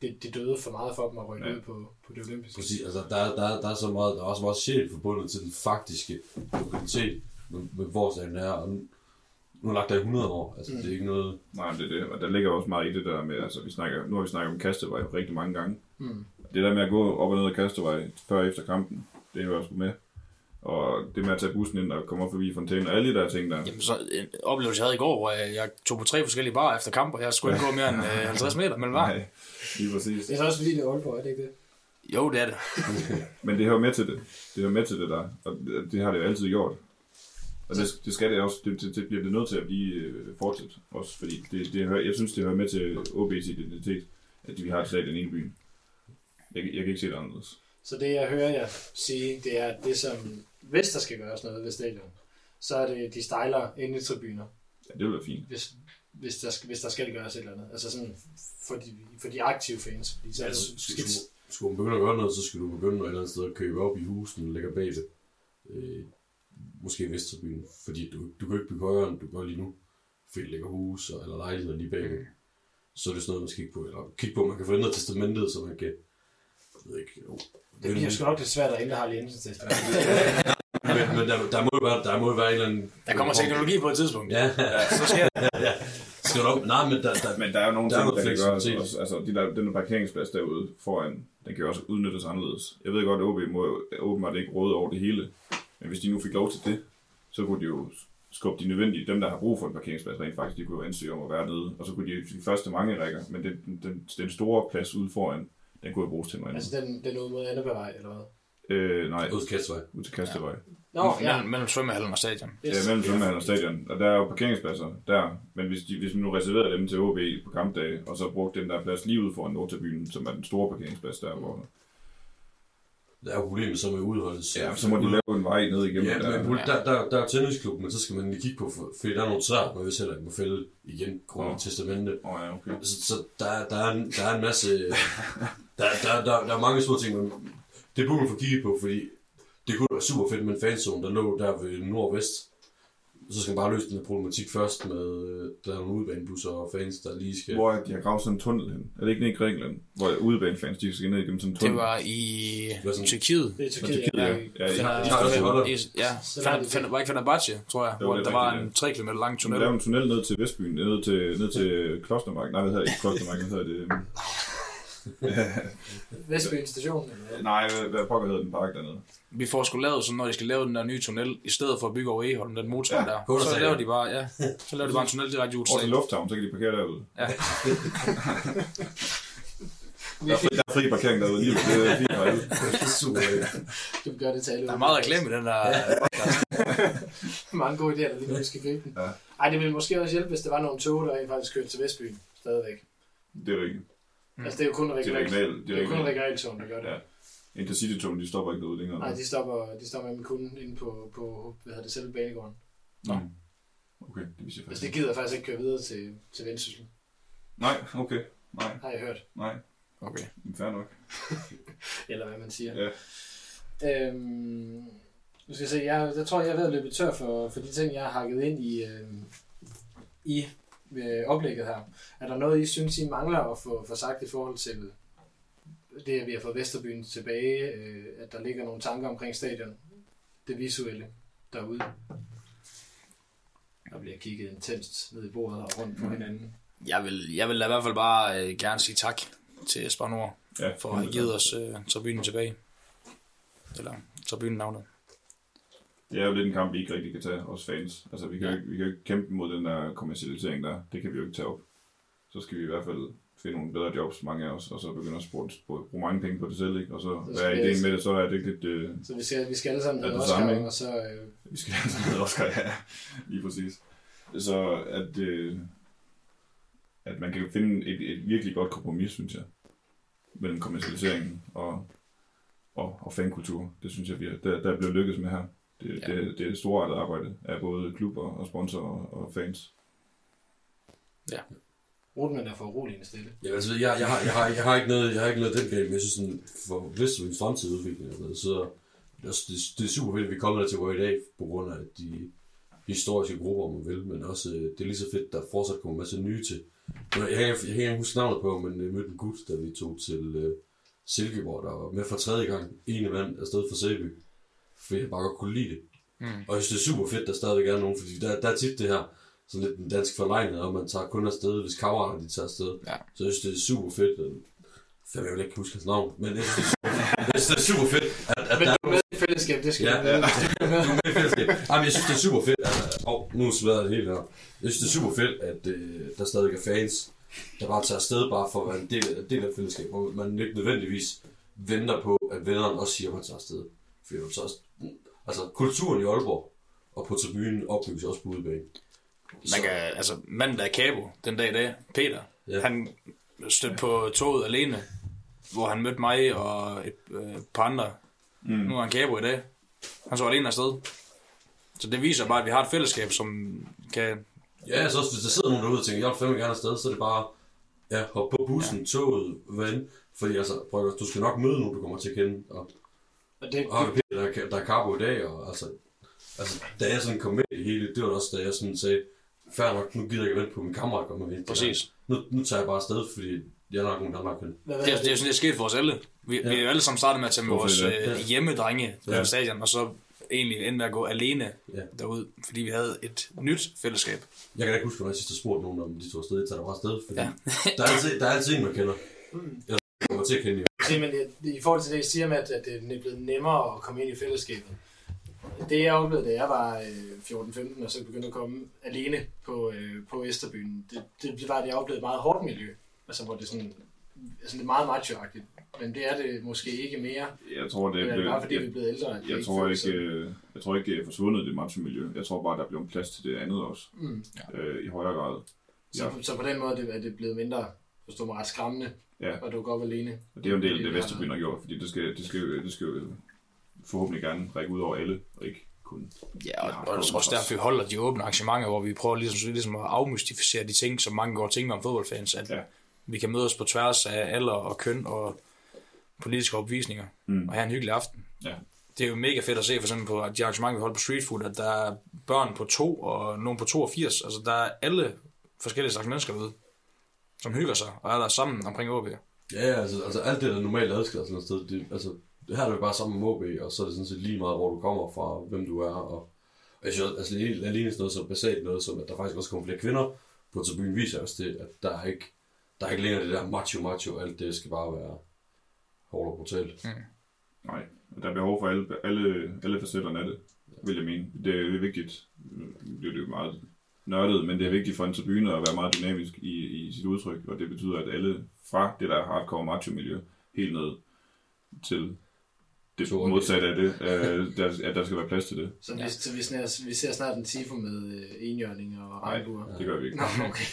det døde for meget for dem at rykke ud på det olympiske. Præcis, altså der er så meget, der er også meget sjæl forbundet til den faktiske lokalitet, med hvor stadion er, og nu er lagt der i 100 år, altså det er ikke noget... Nej, det er det, og der ligger også meget i det der med, altså nu har vi snakket om Kastevej rigtig mange gange. Det der med at gå op og ned ad Kastevej før og efter kampen, det er jo også med. Og det med at tage bussen ind og komme op forbi fontænen, og alle de der ting der. Jamen så en oplevelse jeg havde i går, hvor jeg tog på 3 forskellige barer efter kamp, og jeg skulle ikke gå mere end 50 meter mellem var. Nej, lige præcis. Det er så også fordi, det er Aalborg, er det ikke det? Jo, det er det. Men det hører med til det. Det hører med til det der, og det har det jo altid gjort. Og det skal det også, det bliver det nødt til at blive fortsat også, fordi jeg synes, det hører med til OB's identitet, at vi har et stadion i byen. Jeg kan ikke se det anderledes. Så det, jeg hører jer sige, det er, at det som, hvis der skal gøres noget ved stadion, så er det de stejler inde i tribuner. Ja, det vil være fint. Hvis der skal gøres et eller andet. Altså sådan for de aktive fans. Fordi så Skulle man begynde at gøre noget, så skulle du begynde et eller andet sted at købe op i husene, og ligge bagved. Måske Vesttribyen, fordi du kan ikke bygge højere, end du gør lige nu, fordi der ligger hus eller lejligheder lige bagved. Så er det sådan noget, man skal kigge på. Eller kigge på, man kan få ændret testamentet, så man kan... Jeg ved ikke, det bliver sgu nok lidt svært at ændre Harald Jensens testament. men der må jo være en eller anden... Der kommer teknologi på et tidspunkt. Ja, så sker det. Skal du nej, men der er jo nogle ting, der kan gøres. Altså, den parkeringsplads derude foran, den kan jo også udnyttes anderledes. Jeg ved godt, at OB må åbenbart ikke råde over det hele. Men hvis de nu fik lov til det, så kunne de jo skubbe de nødvendige, dem der har brug for en parkeringsplads rent faktisk, de kunne jo ansøge om at være nede. Og så kunne de første mange rækker, men den store plads ude foran, den kunne jo bruges til noget andet. Altså den ude mod Annebevej, eller hvad? Nej. Ud til Kastevej. Ud til Kastevej. Ja. Nå, ja. Mellem svømmehallen og stadion. Yes. Ja, mellem svømmehallen og stadion. Og der er jo parkeringspladser der. Men hvis man nu reserverede dem til OB på kampdage, og så brugte den der plads lige ud foran Nordtribunen, som er den store parkeringsplads der, hvor... Der er jo problemet så med udholdet. Ja, så må de lave en vej ned igennem. Ja, der er tennisklub, men så skal man lige kigge på, fordi der er nogle træer, man vil heller ikke må fælde igen, grund af testamentet. Ja, okay. Så der er en masse... der er mange små ting, men det burde man få kigget på, fordi det kunne være super fedt med en fanzone, der lå der ved nord og vest. Så skal man bare løse den her problematik først med, der er nogle udebanebusser og fans, der lige skal... Hvor de har gravet sådan en tunnel hen. Er det ikke nede i Grækenland, hvor udebanefans, de skal ned igennem sådan en tunnel? Det var i Tyrkiet. Det er Tyrkiet, Var ikke Fenerbahce, tror jeg, hvor der var en 3 km lang tunnel. Der var en tunnel ned til Vestbyen, ned til Klostermark. Nej, hvad hedder det? Ikke Klostermark, hvad hedder det? Vestbyen station? Nej, hvad pokker hedder den park dernede? Vi får sgu lavet sådan, når de skal lave den der nye tunnel, i stedet for at bygge over Egholm, den motorvej der. Så laver de bare, en tunnel direkte ud til. Over til lufthavn, så kan de parkere derude. Ja. Der er fri parkering derude lige. Det er fint. Super. Du gør det til alle. Der er meget reklame i den der podcast. Mange gode idéer, der lige nu skal gribe den. Ja. Ej, det ville måske også hjælpe, hvis der var nogle tog, der rent faktisk kørte til Vestbyen stadigvæk. Det er rigtigt. Altså, det er jo kun regionaltogen, der gør det. Ja. Intercity-togen, de stopper ikke derude længere. Nej, de stopper med kun inde på hvad hedder det, selve banegården. Nå. Okay, det vil sige faktisk. Altså, det gider faktisk ikke køre videre til Vendsyssel. Nej, okay. Nej. Har jeg hørt. Nej. Okay. Fair nok. Eller hvad man siger. Ja. Nu skal jeg se, jeg tror, jeg er ved at løbe tør for de ting, jeg har hakket ind i oplægget her. Er der noget, I synes, I mangler at få sagt i forhold til det, at vi har fået Vesterbyen tilbage, at der ligger nogle tanker omkring stadion, det visuelle derude? Der bliver kigget intenst ned i bordet og rundt på hinanden. Jeg vil i hvert fald bare gerne sige tak til Spar Nord for at have givet os tribunen tilbage. Eller tribunen navnet. Det er jo lidt en kamp, vi ikke rigtig kan tage, os fans. Altså, vi kan ikke kæmpe mod den der kommercialisering der. Det kan vi jo ikke tage op. Så skal vi i hvert fald finde nogle bedre jobs, mange af os, og så begynde at bruge mange penge på det selv, ikke? Og så hvad er ideen med det, så er det ikke lidt... Så vi skal alle sammen hedde Oscar, og så... Vi skal alle sammen hedde Oscar, ja. Lige præcis. Så at man kan finde et virkelig godt kompromis, synes jeg, mellem kommercialiseringen og fankultur. Det synes jeg, der er blevet lykkes med her. Det er et stort arbejde af både klubber og sponsorer og fans. Ja. Rutman er for uroligende stille. Ja, altså, jeg har ikke noget den galt, men jeg synes sådan, for Vesttribunens fremtidige udvikling, så det er super fedt, at vi kommer der til hvor i dag, på grund af, at historiske grupper, om man vil, men også, det er lige så fedt, der fortsat kommer en masse nye til. Jeg kan ikke huske navnet på, men jeg mødte en gut, da vi tog til Silkeborg, der var med for 3. gang, ene mand afsted fra Sæby, fordi jeg bare godt kunne lide det. Og jeg synes, det er super fedt, der stadigvæk er nogen, fordi der er tit det her, sådan lidt en dansk forlegenhed, og man tager kun afsted, hvis kammerater de tager afsted. Ja. Så jeg synes, det er super fedt. Jeg vil ikke huske hans navn, men jeg synes, det er super fedt. Men du er med i fællesskab, det skal du med. Du er med i fællesskab. Jamen, jeg synes, det er super fedt. Nu smadrer det helt her. Jeg synes, det er super fedt, at der stadig er fans, der bare tager afsted bare for at være en del af fællesskab, hvor man ikke nødvendigvis venter på, at vennerne også siger, at man tager afsted. For så også, altså, kulturen i Aalborg og på tribunen opbygges også på udebane. Manden der er Cabo den dag i dag, Peter, han stødte på toget alene, hvor han mødte mig og et par andre. Nu er han Cabo i dag. Han så alene afsted. Så det viser bare, at vi har et fællesskab, som kan... Ja, så hvis der sidder nogen derude og tænker, jeg vil fandme gerne afsted, så er det bare, hoppe på bussen, toget, ven. Fordi altså, du skal nok møde nogen, du kommer til at kende. Og Peter, der er Cabo i dag, og altså, da jeg sådan kom med i hele, det var også, da jeg sådan sagde, fair nok, nu gider jeg ikke vente på min kammerat kommer med. Præcis. Nu tager jeg bare afsted, fordi jeg er nok nogen, der nok kan. Det er jo sådan, det skete for os alle. Vi er jo alle sammen startet med at tage med vores hjemmedrenge på stadion, og så egentlig endte med at gå alene derud, fordi vi havde et nyt fællesskab. Jeg kan da ikke huske, når jeg sidst spurgte nogen, om de tog afsted, tager der bare afsted, fordi der er altid en, man kender. Jeg kommer til at kende jer. Men i forhold til det, I siger med, at det er blevet nemmere at komme ind i fællesskabet. Det jeg oplevede, da jeg var 14-15, og så begyndte at komme alene på Østerbyen, det var, at jeg oplevede et meget hårdt miljø. Altså, hvor det sådan, det er meget macho-agtigt. Men det er det måske ikke mere. Jeg tror, det er bare fordi vi er blevet ældre. Jeg tror ikke, det er forsvundet, det macho-miljø. Jeg tror bare, der er blevet plads til det andet også. I højere grad. Så på den måde er det blevet mindre, forstår mig, ret skræmmende, at du går op alene. Og det er jo en del af det, Vesterbyen har gjort, fordi det skal jo forhåbentlig gerne række ud over alle, og ikke kun... Ja, og også derfor vi holder de åbne arrangementer, hvor vi prøver ligesom at afmystificere de ting, som mange går og tænker om fodboldfans, at vi kan mødes på tværs af alder og køn og politiske opvisninger, og have en hyggelig aften. Ja. Det er jo mega fedt at se, for eksempel på de arrangementer, vi holder på Street Food, at der er børn på 2 og nogen på 82. Altså, der er alle forskellige slags mennesker ude, som hygger sig og er der sammen omkring OB. Ja, altså alt det, der normalt adskiller sådan et sted, det her er det bare sammen med OB, og så er det sådan set lige meget, hvor du kommer fra, hvem du er. Og jeg synes, altså alene sådan noget så basalt noget, som at der faktisk også kommer flere kvinder på tribunen, viser også det, at der er ikke længere det der macho, alt det skal bare være hårdt og brutalt. Nej, der er behov for alle facetterne af det, vil jeg mene. Det er vigtigt, det er jo meget nørdet, men det er vigtigt for en tribune at være meget dynamisk i sit udtryk, og det betyder, at alle fra det der hardcore macho-miljø helt ned til det modsatte af det, at der skal være plads til det. Så vi ser snart en tifo med enhjørning og regnbuer? Nej, det gør vi ikke. Nå, okay.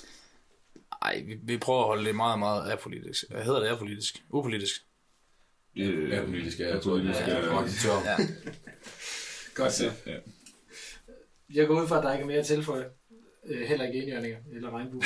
Ej, vi prøver at holde det meget, meget apolitisk. Hvad hedder det apolitisk? Upolitisk? Apolitisk, jeg tror, det er ja. Godt så. Ja. Jeg går ud fra, at der ikke er mere at tilføje. Heller ikke enhjørninger eller regnbue.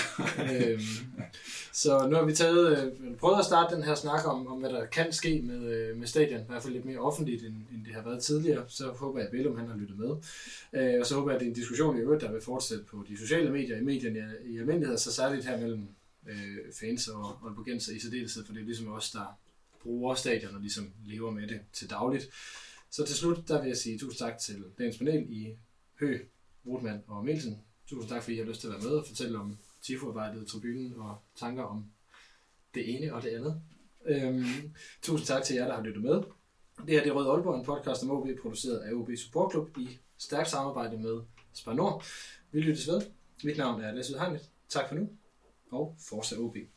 Så nu har vi prøvet at starte den her snak om, hvad der kan ske med stadion. I hvert fald lidt mere offentligt, end det har været tidligere. Så håber jeg, at Bellum han har lyttet med. Og så håber jeg, at det er en diskussion i øvrigt, der vil fortsætte på de sociale medier, i medierne i almindelighed, så særligt her mellem fans og aalborgenser i særdeleshed, for det er ligesom os, der bruger stadion og ligesom lever med det til dagligt. Så til slut, der vil jeg sige tusind tak til dagens panel i Høgh, Rothmann og Mielsen. Tusind tak, fordi I har lyst til at være med og fortælle om TIFO-arbejdet, tribunen og tanker om det ene og det andet. Tusind tak til jer, der har lyttet med. Det her er Rød Aalborg, en podcast om OB, produceret af OB Support Club i stærkt samarbejde med Spar Nord. Vi lyttes ved. Mit navn er Lasse Heinrich. Tak for nu, og fortsat OB.